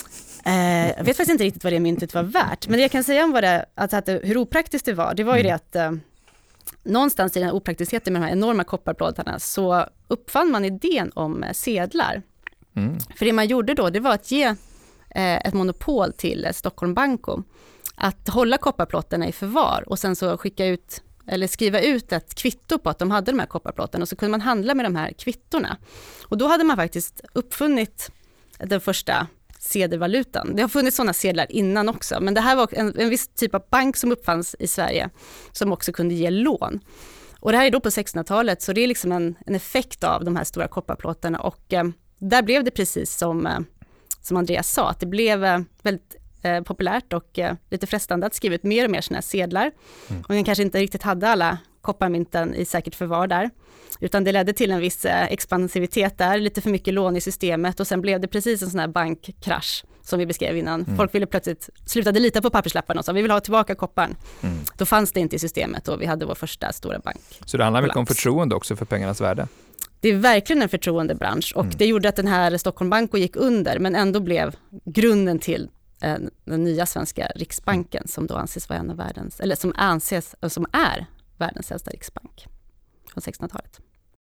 B: Jag vet faktiskt inte riktigt vad det myntet var värt, men det jag kan säga om hur opraktiskt det var ju det att någonstans i den här opraktiskheten med de här enorma kopparplåtarna så uppfann man idén om sedlar. För det man gjorde då, det var att ge ett monopol till Stockholm Banco att hålla kopparplåtarna i förvar och sen så skriva ut ett kvitto på att de hade de här kopparplåtarna, och så kunde man handla med de här kvittorna. Och då hade man faktiskt uppfunnit den första sedelvalutan. Det har funnits sådana sedlar innan också, men det här var en viss typ av bank som uppfanns i Sverige som också kunde ge lån. Och det här är då på 1600-talet, så det är liksom en effekt av de här stora kopparplåtarna, och där blev det precis som Andreas sa, att det blev väldigt populärt och lite frestande att skriva ut mer och mer sådana här sedlar. Och den kanske inte riktigt hade alla kopparmynten i säkert förvar där, utan det ledde till en viss expansivitet där, lite för mycket lån i systemet, och sen blev det precis en sån här bankkrasch som vi beskrev innan. Folk ville plötsligt slutade lita på papperslapparna och sa vi vill ha tillbaka kopparn. Då fanns det inte i systemet och vi hade vår första stora bank.
A: Så det handlar mycket om förtroende också för pengarnas värde?
B: Det är verkligen en förtroendebransch, och det gjorde att den här Stockholm Banco gick under, men ändå blev grunden till den nya svenska Riksbanken som då anses vara en av världens, eller som är världens äldsta riksbank från 1600-talet.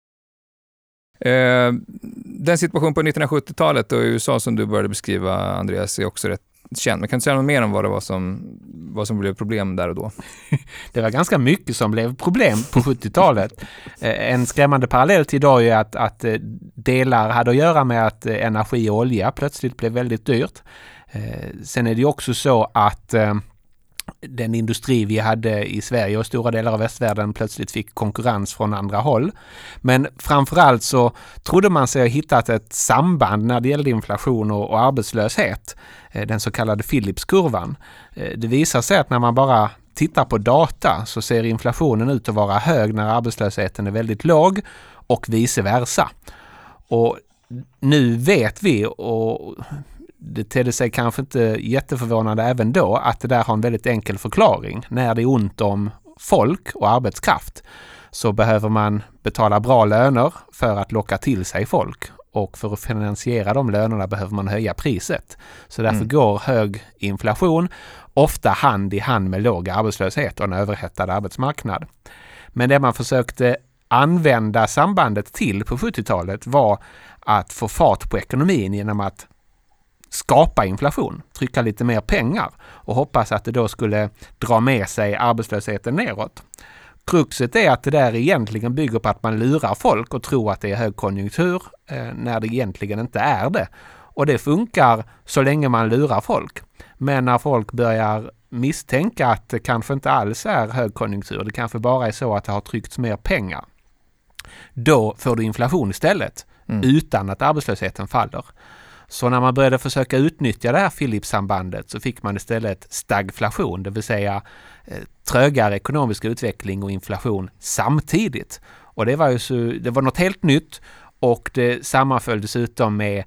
A: Den situation på 1970-talet och i USA som du började beskriva, Andreas, är också rätt känd. Men kan du säga något mer om vad det var som blev problem där och då?
C: Det var ganska mycket som blev problem på 70-talet. En skrämmande parallell till idag är att delar hade att göra med att energi och olja plötsligt blev väldigt dyrt. Sen är det ju också så att den industri vi hade i Sverige och stora delar av västvärlden plötsligt fick konkurrens från andra håll. Men framförallt så trodde man sig ha hittat ett samband när det gällde inflation och arbetslöshet. Den så kallade Philipskurvan. Det visar sig att när man bara tittar på data så ser inflationen ut att vara hög när arbetslösheten är väldigt låg och vice versa. Och nu vet vi, och det tedde sig kanske inte jätteförvånande även då, att det där har en väldigt enkel förklaring. När det är ont om folk och arbetskraft så behöver man betala bra löner för att locka till sig folk. Och för att finansiera de lönerna behöver man höja priset. Så därför går hög inflation ofta hand i hand med låg arbetslöshet och en överhettad arbetsmarknad. Men det man försökte använda sambandet till på 70-talet var att få fart på ekonomin genom att skapa inflation, trycka lite mer pengar och hoppas att det då skulle dra med sig arbetslösheten neråt. Kruxet är att det där egentligen bygger på att man lurar folk och tror att det är högkonjunktur när det egentligen inte är det. Och det funkar så länge man lurar folk. Men när folk börjar misstänka att det kanske inte alls är högkonjunktur, det kanske bara är så att det har tryckts mer pengar, då får du inflation istället utan att arbetslösheten faller. Så när man började försöka utnyttja det här Phillips-sambandet så fick man istället stagflation, det vill säga trögare ekonomisk utveckling och inflation samtidigt. Och det var något helt nytt, och det sammanföll dessutom med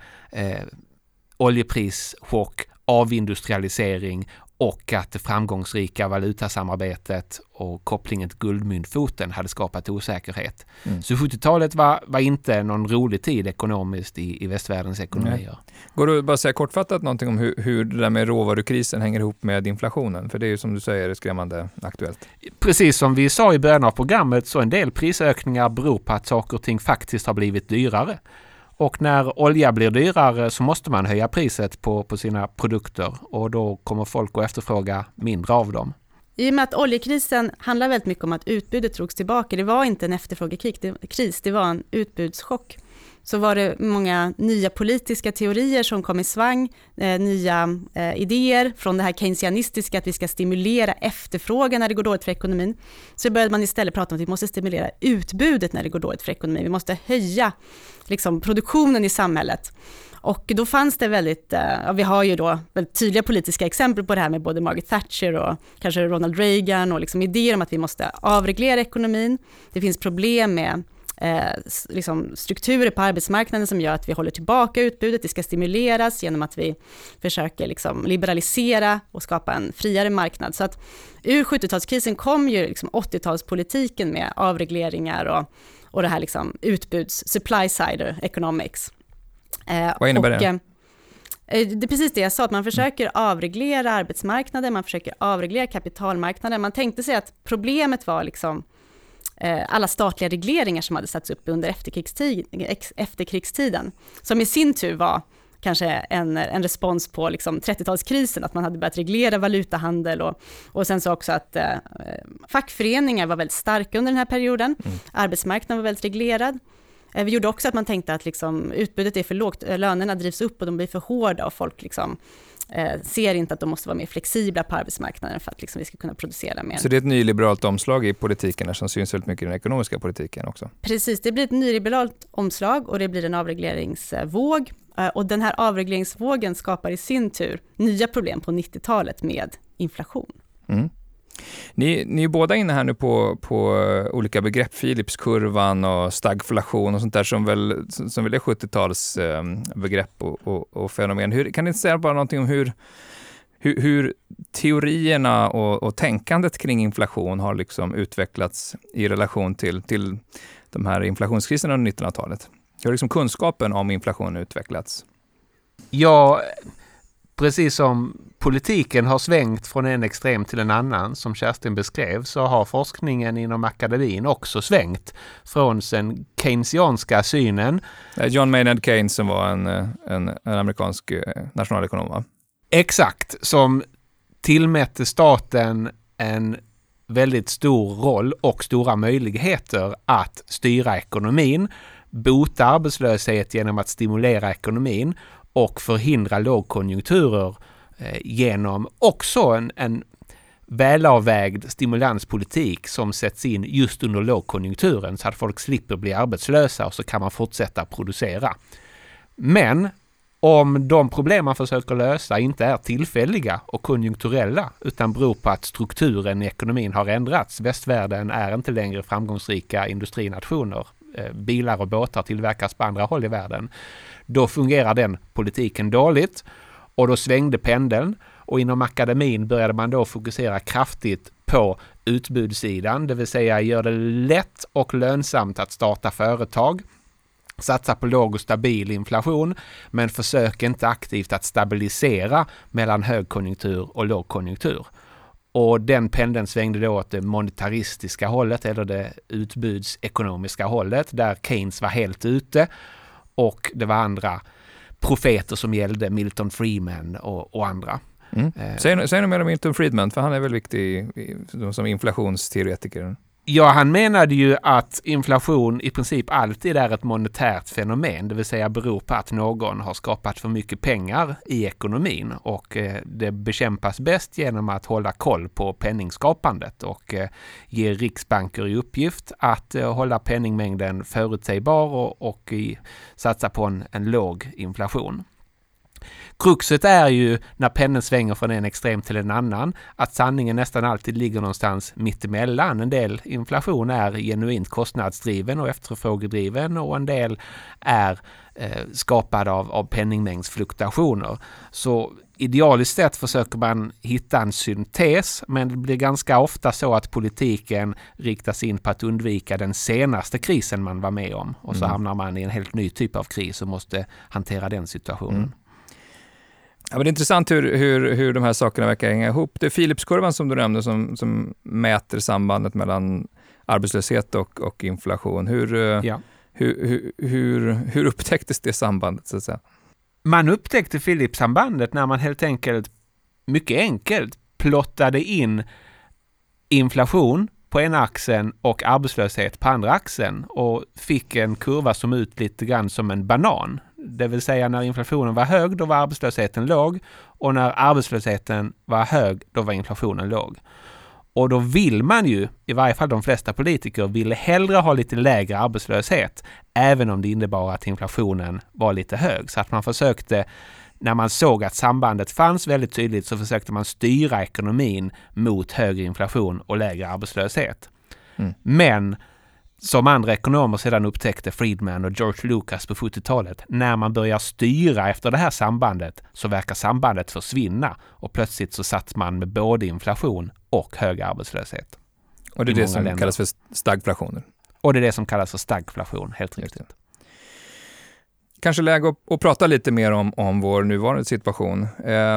C: oljeprischock, avindustrialisering och att det framgångsrika valutasamarbetet och kopplingen till guldmyntfoten hade skapat osäkerhet. Så 70-talet var inte någon rolig tid ekonomiskt i västvärldens ekonomier.
A: Går du bara säga kortfattat någonting om hur det där med råvarukrisen hänger ihop med inflationen? För det är ju som du säger skrämmande aktuellt.
C: Precis som vi sa i början av programmet, så en del prisökningar beror på att saker och ting faktiskt har blivit dyrare. Och när olja blir dyrare så måste man höja priset på sina produkter, och då kommer folk att efterfråga mindre av dem.
B: I och med att oljekrisen handlar väldigt mycket om att utbudet drogs tillbaka. Det var inte en efterfrågekris, det var en utbudschock. Så var det många nya politiska teorier som kom i svang, nya idéer från det här keynesianistiska att vi ska stimulera efterfrågan när det går dåligt för ekonomin. Så började man istället prata om att vi måste stimulera utbudet när det går dåligt för ekonomin. Vi måste höja produktionen i samhället. Och då fanns det vi har ju då väldigt tydliga politiska exempel på det här med både Margaret Thatcher och kanske Ronald Reagan och idéer om att vi måste avreglera ekonomin. Det finns problem med strukturer på arbetsmarknaden som gör att vi håller tillbaka utbudet. Det ska stimuleras genom att vi försöker liberalisera och skapa en friare marknad. Så att ur 70-talskrisen kom ju 80-talspolitiken med avregleringar och det här utbuds, supply side economics.
A: Vad innebär det?
B: Det är precis det jag sa, att man försöker avreglera arbetsmarknaden, man försöker avreglera kapitalmarknaden. Man tänkte sig att problemet var alla statliga regleringar som hade satts upp under efterkrigstiden, som i sin tur var kanske en respons på 30-talskrisen, att man hade börjat reglera valutahandel och sen så också att fackföreningar var väldigt starka under den här perioden. Arbetsmarknaden var väldigt reglerad. Vi gjorde också att man tänkte att utbudet är för lågt, lönerna drivs upp och de blir för hårda och folk ser inte att de måste vara mer flexibla på arbetsmarknaden för att vi ska kunna producera mer.
A: Så det är ett nyliberalt omslag i politiken som syns väldigt mycket i den ekonomiska politiken också?
B: Precis, det blir ett nyliberalt omslag och det blir en avregleringsvåg. Och den här avregleringsvågen skapar i sin tur nya problem på 90-talet med inflation.
A: Ni är båda inne här nu på olika begrepp, Philipskurvan och stagflation och sånt där som väl är 70-tals begrepp och fenomen. Kan ni säga bara någonting om hur teorierna och tänkandet kring inflation har utvecklats i relation till de här inflationskriserna under 1900-talet? Hur har kunskapen om inflation utvecklats?
C: Ja, precis som politiken har svängt från en extrem till en annan, som Kerstin beskrev, så har forskningen inom akademin också svängt från den keynesianska synen.
A: John Maynard Keynes som var en amerikansk nationalekonom, va?
C: Exakt, som tillmätte staten en väldigt stor roll och stora möjligheter att styra ekonomin, bota arbetslöshet genom att stimulera ekonomin och förhindra lågkonjunkturer genom också en välavvägd stimulanspolitik som sätts in just under lågkonjunkturen så att folk slipper bli arbetslösa och så kan man fortsätta producera. Men om de problem man försöker lösa inte är tillfälliga och konjunkturella utan beror på att strukturen i ekonomin har ändrats. Västvärlden är inte längre framgångsrika industrinationer. Bilar och båtar tillverkas på andra håll i världen. Då fungerar den politiken dåligt och då svängde pendeln och inom akademin började man då fokusera kraftigt på utbudssidan, det vill säga gör det lätt och lönsamt att starta företag, satsa på låg och stabil inflation men försök inte aktivt att stabilisera mellan högkonjunktur och lågkonjunktur. Och den pendeln svängde då åt det monetaristiska hållet eller det utbudsekonomiska hållet där Keynes var helt ute och det var andra profeter som gällde, Milton Friedman och andra.
A: Säg nog mer om Milton Friedman, för han är väl viktig som inflationsteoretiker.
C: Ja, han menade ju att inflation i princip alltid är ett monetärt fenomen, det vill säga beror på att någon har skapat för mycket pengar i ekonomin, och det bekämpas bäst genom att hålla koll på penningskapandet och ge riksbanker i uppgift att hålla penningmängden förutsägbar och satsa på en låg inflation. Kruxet är ju när pendeln svänger från en extrem till en annan, att sanningen nästan alltid ligger någonstans mittemellan. En del inflation är genuint kostnadsdriven och efterfrågedriven, och en del är skapad av penningmängdsfluktuationer. Så idealiskt sett försöker man hitta en syntes, men det blir ganska ofta så att politiken riktas in på att undvika den senaste krisen man var med om, och så hamnar man i en helt ny typ av kris och måste hantera den situationen.
A: Ja, men det är intressant hur de här sakerna verkar hänga ihop. Det är Philipskurvan som du nämnde som mäter sambandet mellan arbetslöshet och inflation. Hur upptäcktes det sambandet, så att säga?
C: Man upptäckte Philips-sambandet när man helt enkelt, mycket enkelt, plottade in inflation på ena axeln och arbetslöshet på andra axeln och fick en kurva som ut lite grann som en banan. Det vill säga när inflationen var hög, då var arbetslösheten låg, och när arbetslösheten var hög, då var inflationen låg. Och då vill man ju, i varje fall de flesta politiker, ville hellre ha lite lägre arbetslöshet, även om det innebar att inflationen var lite hög. Så att man försökte, när man såg att sambandet fanns väldigt tydligt, så försökte man styra ekonomin mot högre inflation och lägre arbetslöshet. Men som andra ekonomer sedan upptäckte, Friedman och George Lucas på 70-talet, när man börjar styra efter det här sambandet så verkar sambandet försvinna, och plötsligt så satt man med både inflation och hög arbetslöshet.
A: Och det är det som kallas för stagflation.
C: Och det är det som kallas för stagflation, helt riktigt.
A: Kanske läge att prata lite mer om vår nuvarande situation.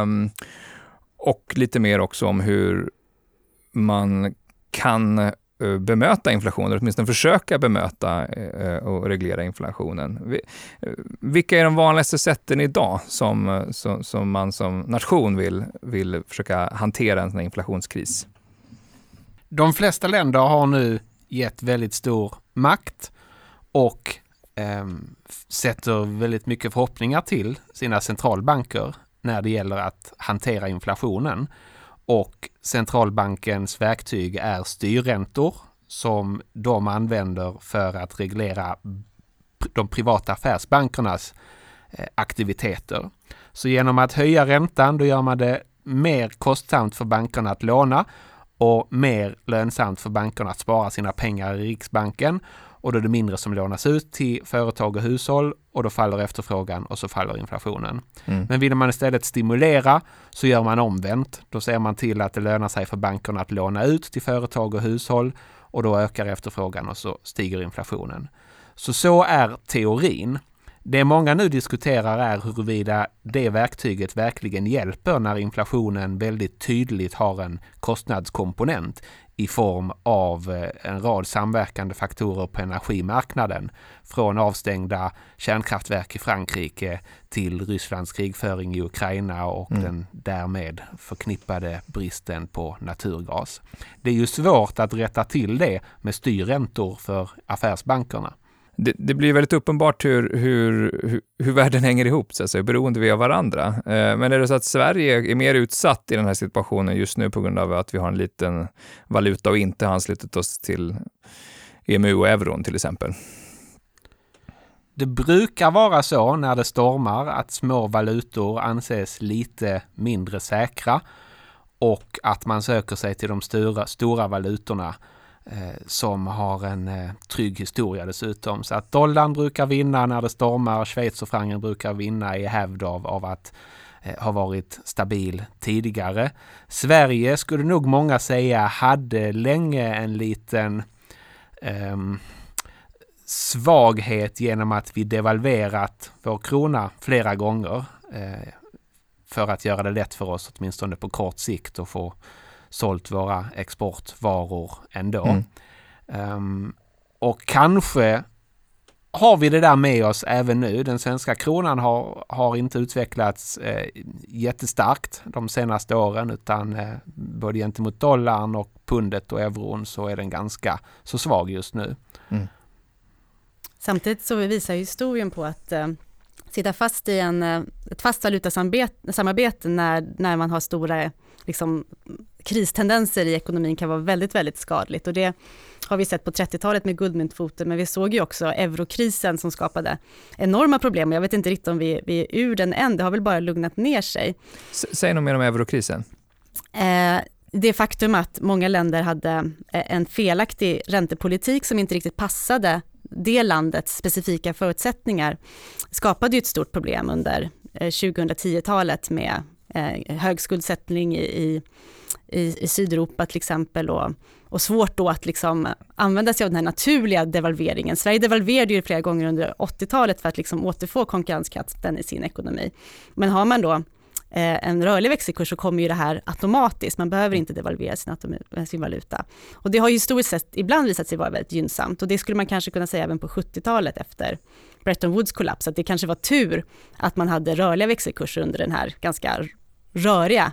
A: Och lite mer också om hur man kan bemöta inflationen, åtminstone försöka bemöta och reglera inflationen. Vilka är de vanligaste sätten idag som man som nation vill försöka hantera en sån här inflationskris?
C: De flesta länder har nu gett väldigt stor makt och sätter väldigt mycket förhoppningar till sina centralbanker när det gäller att hantera inflationen. Och centralbankens verktyg är styrräntor som de använder för att reglera de privata affärsbankernas aktiviteter. Så genom att höja räntan, då gör man det mer kostsamt för bankerna att låna och mer lönsamt för bankerna att spara sina pengar i Riksbanken. Och då är det mindre som lånas ut till företag och hushåll, och då faller efterfrågan och så faller inflationen. Men vill man istället stimulera så gör man omvänt. Då ser man till att det lönar sig för bankerna att låna ut till företag och hushåll, och då ökar efterfrågan och så stiger inflationen. Så är teorin. Det många nu diskuterar är huruvida det verktyget verkligen hjälper när inflationen väldigt tydligt har en kostnadskomponent i form av en rad samverkande faktorer på energimarknaden, från avstängda kärnkraftverk i Frankrike till Rysslands krigföring i Ukraina och den därmed förknippade bristen på naturgas. Det är ju svårt att rätta till det med styrräntor för affärsbankerna.
A: Det blir väldigt uppenbart hur världen hänger ihop, så att säga, beroende vi av varandra. Men är det så att Sverige är mer utsatt i den här situationen just nu på grund av att vi har en liten valuta och inte har anslutit oss till EMU och euron till exempel?
C: Det brukar vara så när det stormar att små valutor anses lite mindre säkra, och att man söker sig till de stora valutorna som har en trygg historia dessutom. Så att dollarn brukar vinna när det stormar, schweizerfrancen brukar vinna i hävd av att ha varit stabil tidigare. Sverige, skulle nog många säga, hade länge en liten svaghet genom att vi devalverat vår krona flera gånger för att göra det lätt för oss, åtminstone på kort sikt, att få sålt våra exportvaror ändå. Och kanske har vi det där med oss även nu. Den svenska kronan har inte utvecklats jättestarkt de senaste åren, utan både gentemot dollarn och pundet och euron så är den ganska så svag just nu. Mm.
B: Samtidigt så visar historien på att sitta fast i ett fast valutasamarbete när man har stora liksom, kristendenser i ekonomin kan vara väldigt, väldigt skadligt. Och det har vi sett på 30-talet med guldmyntfoten, men vi såg ju också eurokrisen som skapade enorma problem. Jag vet inte riktigt om vi är ur den än, det har väl bara lugnat ner sig.
A: Säg något mer om eurokrisen.
B: Det faktum att många länder hade en felaktig räntepolitik som inte riktigt passade det landets specifika förutsättningar skapade ju ett stort problem under 2010-talet med hög skuldsättning i Sydeuropa till exempel och svårt då att liksom använda sig av den här naturliga devalveringen. Sverige devalverade ju flera gånger under 80-talet för att liksom återfå konkurrenskraften i sin ekonomi. Men har man då en rörlig växelkurs så kommer ju det här automatiskt. Man behöver inte devalvera sin valuta. Och det har ju historiskt sett ibland visat sig vara väldigt gynnsamt. Och det skulle man kanske kunna säga även på 70-talet efter Bretton Woods kollaps. Att det kanske var tur att man hade rörliga växelkurser under den här ganska röriga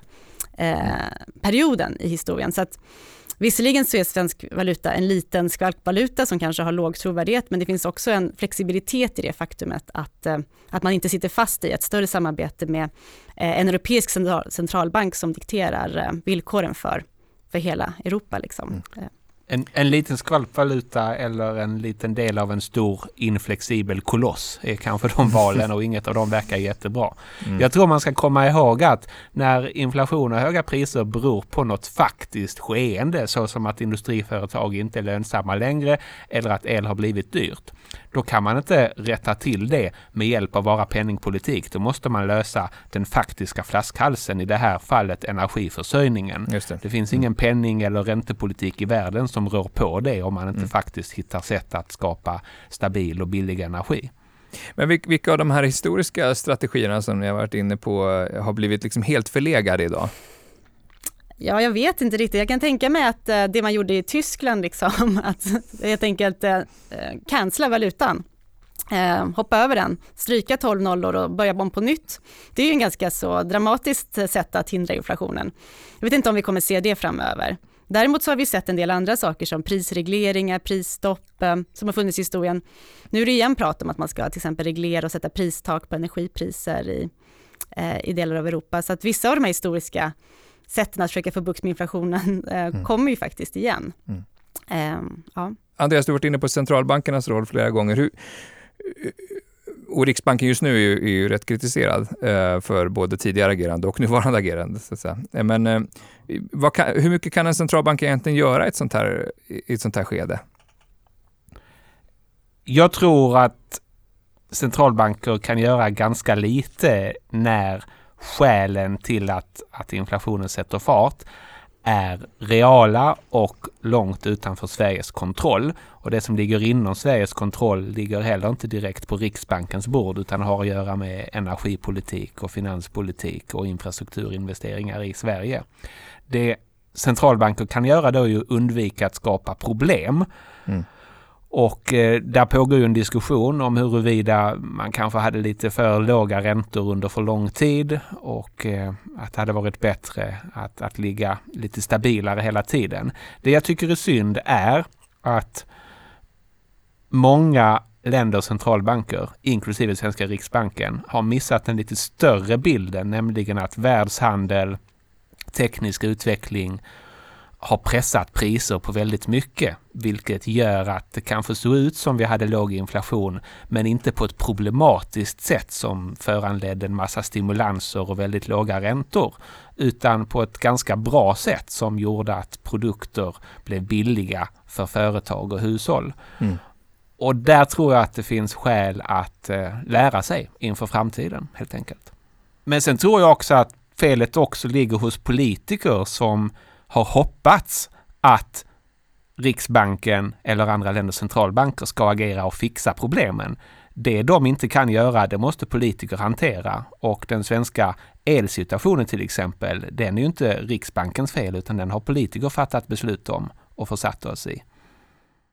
B: perioden i historien. Så att visserligen så är svensk valuta en liten skvalpvaluta som kanske har låg trovärdighet, men det finns också en flexibilitet i det faktumet att man inte sitter fast i ett större samarbete med en europeisk centralbank som dikterar villkoren för hela Europa. Liksom.
C: En liten skvalpvaluta eller en liten del av en stor inflexibel koloss är kanske de valen och inget av dem verkar jättebra. Jag tror man ska komma ihåg att när inflation och höga priser beror på något faktiskt skeende, så som att industriföretag inte är lönsamma längre eller att el har blivit dyrt, då kan man inte rätta till det med hjälp av bara penningpolitik. Då måste man lösa den faktiska flaskhalsen, i det här fallet energiförsörjningen.
A: Just det.
C: Det finns ingen penning- eller räntepolitik i världen som rör på det om man inte faktiskt hittar sätt att skapa stabil och billig energi.
A: Men vilka av de här historiska strategierna som ni har varit inne på har blivit liksom helt förlegade idag?
B: Ja, jag vet inte riktigt. Jag kan tänka mig att det man gjorde i Tyskland, liksom, att helt enkelt cancella valutan, hoppa över den, stryka 12 nollor och börja om på nytt. Det är ju en ganska så dramatiskt sätt att hindra inflationen. Jag vet inte om vi kommer se det framöver. Däremot så har vi sett en del andra saker som prisregleringar, prisstopp som har funnits i historien. Nu är det igen prat om att man ska till exempel reglera och sätta pristak på energipriser i delar av Europa. Så att vissa av de här historiska sätten att försöka få bukt med inflationen kommer ju faktiskt igen. Ja.
A: Andreas, du har varit inne på centralbankernas roll flera gånger. Och Riksbanken just nu är ju rätt kritiserad för både tidigare agerande och nuvarande agerande. Så att säga. Men hur mycket kan en centralbank egentligen göra i ett sånt här skede?
C: Jag tror att centralbanker kan göra ganska lite när skälen till att inflationen sätter fart är reala och långt utanför Sveriges kontroll. Och det som ligger inom Sveriges kontroll ligger heller inte direkt på Riksbankens bord, utan har att göra med energipolitik och finanspolitik och infrastrukturinvesteringar i Sverige. Det centralbanker kan göra då är ju undvika att skapa problem. Och där pågår ju en diskussion om huruvida man kanske hade lite för låga räntor under för lång tid och att det hade varit bättre att ligga lite stabilare hela tiden. Det jag tycker är synd är att många länders centralbanker, inklusive svenska Riksbanken, har missat en lite större bilden, nämligen att världshandel, teknisk utveckling har pressat priser på väldigt mycket, vilket gör att det kanske såg ut som vi hade låg inflation, men inte på ett problematiskt sätt som föranledde en massa stimulanser och väldigt låga räntor, utan på ett ganska bra sätt som gjorde att produkter blev billiga för företag och hushåll. Och där tror jag att det finns skäl att lära sig inför framtiden, helt enkelt. Men sen tror jag också att felet också ligger hos politiker som har hoppats att Riksbanken eller andra länders centralbanker ska agera och fixa problemen. Det de inte kan göra, det måste politiker hantera. Och den svenska elsituationen till exempel, den är ju inte Riksbankens fel, utan den har politiker fattat beslut om och försatt oss i.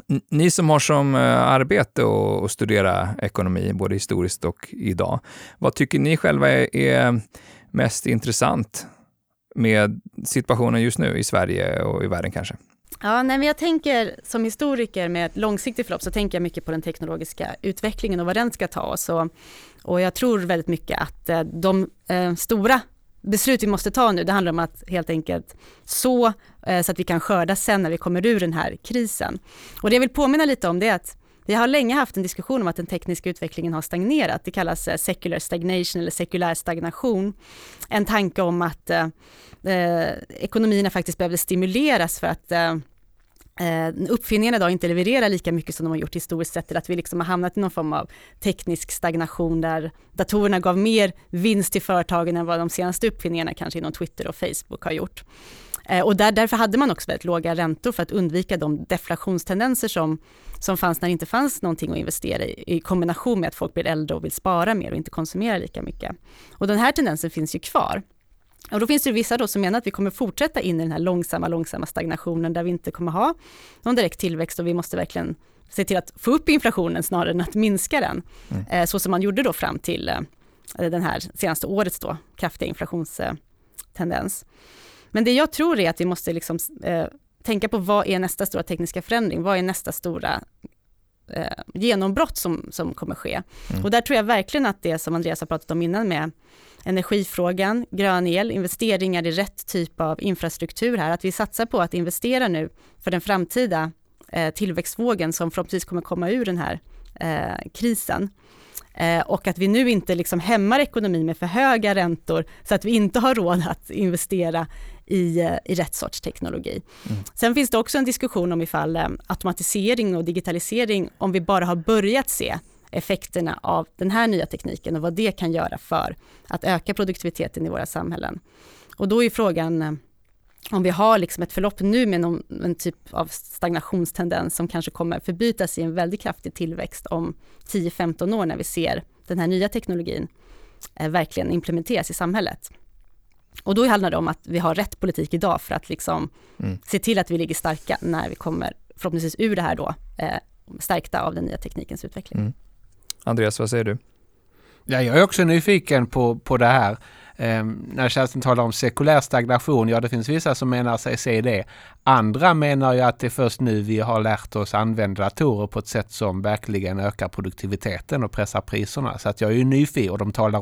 A: Ni som har som arbete att studera ekonomi, både historiskt och idag, vad tycker ni själva är mest intressant med situationen just nu i Sverige och i världen kanske?
B: Ja, men jag tänker som historiker med ett långsiktigt förlopp så tänker jag mycket på den teknologiska utvecklingen och vad den ska ta oss. Och jag tror väldigt mycket att de stora beslut vi måste ta nu, det handlar om att helt enkelt så att vi kan skörda sen när vi kommer ur den här krisen. Och det jag vill påminna lite om det är att vi har länge haft en diskussion om att den tekniska utvecklingen har stagnerat. Det kallas secular stagnation eller sekulär stagnation. En tanke om att ekonomierna faktiskt behövde stimuleras för att uppfinningarna idag inte levererar lika mycket som de har gjort historiskt sett, eller att vi liksom har hamnat i någon form av teknisk stagnation där datorerna gav mer vinst till företagen än vad de senaste uppfinningarna kanske inom Twitter och Facebook har gjort. Och därför hade man också väldigt låga räntor för att undvika de deflationstendenser som fanns när det inte fanns någonting att investera i kombination med att folk blir äldre och vill spara mer och inte konsumera lika mycket. Och den här tendensen finns ju kvar. Och då finns det vissa då som menar att vi kommer fortsätta in i den här långsamma stagnationen där vi inte kommer ha någon direkt tillväxt och vi måste verkligen se till att få upp inflationen snarare än att minska den. Så som man gjorde då fram till den här senaste årets då kraftiga inflationstendens. Men det jag tror är att vi måste liksom, tänka på vad är nästa stora tekniska förändring, vad är nästa stora genombrott som kommer ske. Och där tror jag verkligen att det som Andreas har pratat om innan med energifrågan, grön el, investeringar i rätt typ av infrastruktur här, att vi satsar på att investera nu för den framtida tillväxtvågen som förhoppningsvis kommer komma ur den här krisen. Och att vi nu inte liksom hämmar ekonomin med för höga räntor så att vi inte har råd att investera i rätt sorts teknologi. Sen finns det också en diskussion om ifall automatisering och digitalisering, om vi bara har börjat se effekterna av den här nya tekniken och vad det kan göra för att öka produktiviteten i våra samhällen. Och då är frågan om vi har liksom ett förlopp nu med en typ av stagnationstendens som kanske kommer förbytas i en väldigt kraftig tillväxt om 10-15 år när vi ser den här nya teknologin verkligen implementeras i samhället. Och då handlar det om att vi har rätt politik idag för att liksom se till att vi ligger starka när vi kommer förhoppningsvis ur det här då, stärkta av den nya teknikens utveckling.
A: Andreas, vad säger du?
C: Ja, jag är också nyfiken på det här. När Kerstin talar om sekulär stagnation, ja det finns vissa som menar sig se det. Andra menar ju att det är först nu vi har lärt oss använda datorer på ett sätt som verkligen ökar produktiviteten och pressar priserna. Så att jag är ju nyfiken, och de talar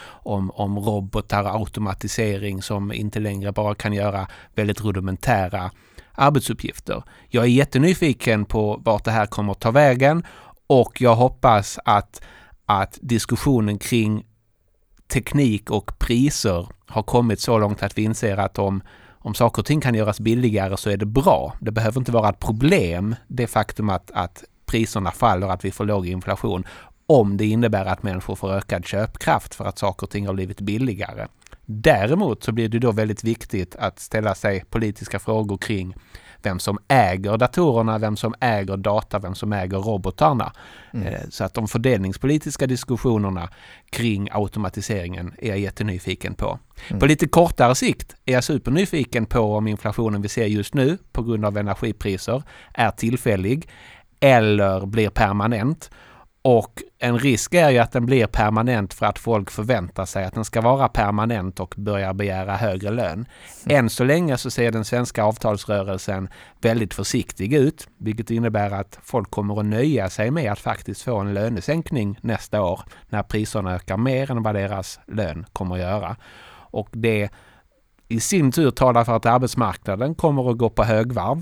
C: om robotar, automatisering som inte längre bara kan göra väldigt rudimentära arbetsuppgifter. Jag är jättenyfiken på vart det här kommer att ta vägen, och jag hoppas att diskussionen kring teknik och priser har kommit så långt att vi inser att om saker och ting kan göras billigare så är det bra. Det behöver inte vara ett problem, det faktum att priserna faller, att vi får låg inflation, om det innebär att människor får ökad köpkraft för att saker och ting har blivit billigare. Däremot så blir det då väldigt viktigt att ställa sig politiska frågor kring vem som äger datorerna, vem som äger data, vem som äger robotarna. Så att de fördelningspolitiska diskussionerna kring automatiseringen är jag jättenyfiken på. På lite kortare sikt är jag supernyfiken på om inflationen vi ser just nu på grund av energipriser är tillfällig eller blir permanent. Och en risk är ju att den blir permanent för att folk förväntar sig att den ska vara permanent och börjar begära högre lön. Än så länge så ser den svenska avtalsrörelsen väldigt försiktig ut, vilket innebär att folk kommer att nöja sig med att faktiskt få en lönesänkning nästa år när priserna ökar mer än vad deras lön kommer att göra. Och det i sin tur talar för att arbetsmarknaden kommer att gå på högvarv.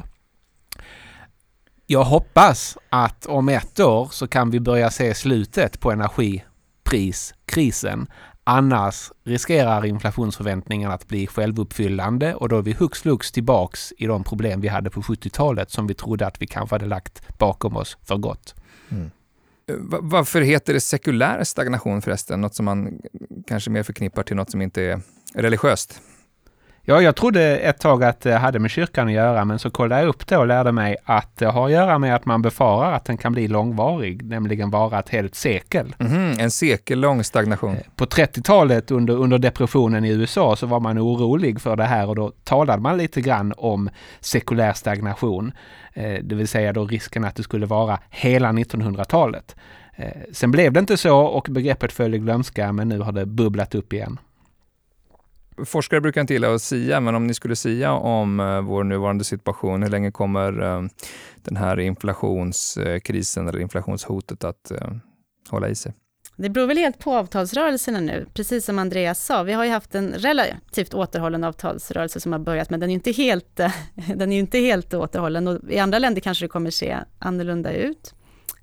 C: Jag hoppas att om ett år så kan vi börja se slutet på energipriskrisen. Annars riskerar inflationsförväntningarna att bli självuppfyllande, och då är vi hux flux tillbaks i de problem vi hade på 70-talet som vi trodde att vi kanske hade lagt bakom oss för gott.
A: Varför heter det sekulär stagnation förresten? Något som man kanske mer förknippar till något som inte är religiöst?
C: Ja, jag trodde ett tag att det hade med kyrkan att göra, men så kollade jag upp det och lärde mig att det har att göra med att man befarar att den kan bli långvarig, nämligen vara ett helt sekel.
A: En sekellång stagnation.
C: På 30-talet under depressionen i USA så var man orolig för det här och då talade man lite grann om sekulär stagnation. Det vill säga då risken att det skulle vara hela 1900-talet. Sen blev det inte så och begreppet föll i glömska, men nu har det bubblat upp igen.
A: Forskare brukar inte gilla att sia, men om ni skulle sia om vår nuvarande situation, hur länge kommer den här inflationskrisen eller inflationshotet att hålla i sig?
B: Det beror väl helt på avtalsrörelserna nu, precis som Andreas sa. Vi har ju haft en relativt återhållen avtalsrörelse som har börjat, men den är ju inte helt återhållen. Och i andra länder kanske det kommer se annorlunda ut.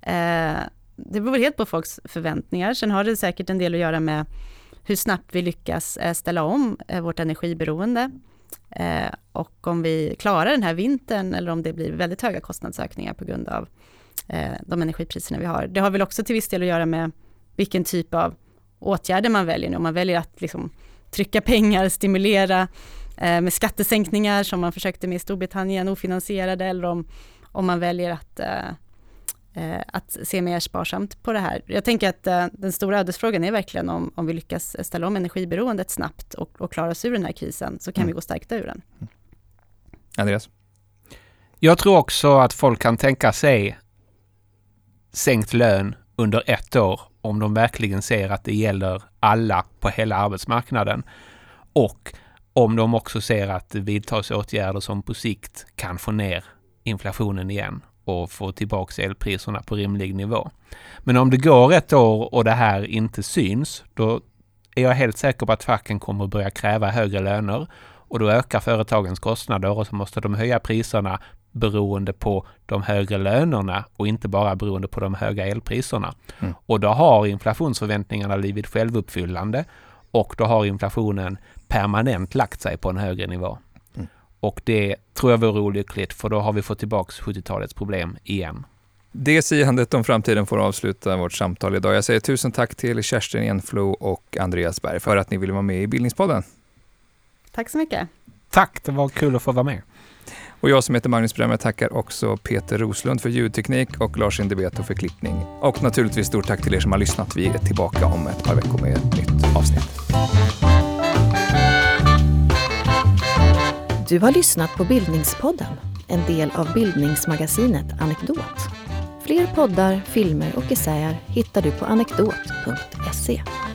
B: Det beror väl helt på folks förväntningar. Sen har det säkert en del att göra med hur snabbt vi lyckas ställa om vårt energiberoende och om vi klarar den här vintern eller om det blir väldigt höga kostnadsökningar på grund av de energipriserna vi har. Det har väl också till viss del att göra med vilken typ av åtgärder man väljer. Om man väljer att liksom trycka pengar, stimulera med skattesänkningar som man försökte med i Storbritannien, ofinansierade, eller om man väljer att se mer sparsamt på det här. Jag tänker att den stora ödesfrågan är verkligen om vi lyckas ställa om energiberoendet snabbt och klara oss ur den här krisen, så kan vi gå stärkta ur den.
A: Andreas?
C: Jag tror också att folk kan tänka sig sänkt lön under 1 år om de verkligen ser att det gäller alla på hela arbetsmarknaden, och om de också ser att det vidtas åtgärder som på sikt kan få ner inflationen igen och få tillbaka elpriserna på rimlig nivå. Men om det går 1 år och det här inte syns, då är jag helt säker på att facken kommer att börja kräva högre löner, och då ökar företagens kostnader och så måste de höja priserna beroende på de högre lönerna och inte bara beroende på de höga elpriserna. Och då har inflationsförväntningarna blivit självuppfyllande och då har inflationen permanent lagt sig på en högre nivå. Och det tror jag vore olyckligt, för då har vi fått tillbaka 70-talets problem igen.
A: Det siandet om framtiden får avsluta vårt samtal idag. Jag säger tusen tack till Kerstin Enflo och Andreas Berg för att ni ville vara med i Bildningspodden.
B: Tack så mycket.
C: Tack, det var kul att få vara med.
A: Och jag som heter Magnus Bremmer tackar också Peter Roslund för ljudteknik och Lars Indebeto för klippning. Och naturligtvis stort tack till er som har lyssnat. Vi är tillbaka om ett par veckor med ett nytt avsnitt.
D: Du har lyssnat på Bildningspodden, en del av bildningsmagasinet Anekdot. Fler poddar, filmer och essäer hittar du på anekdot.se.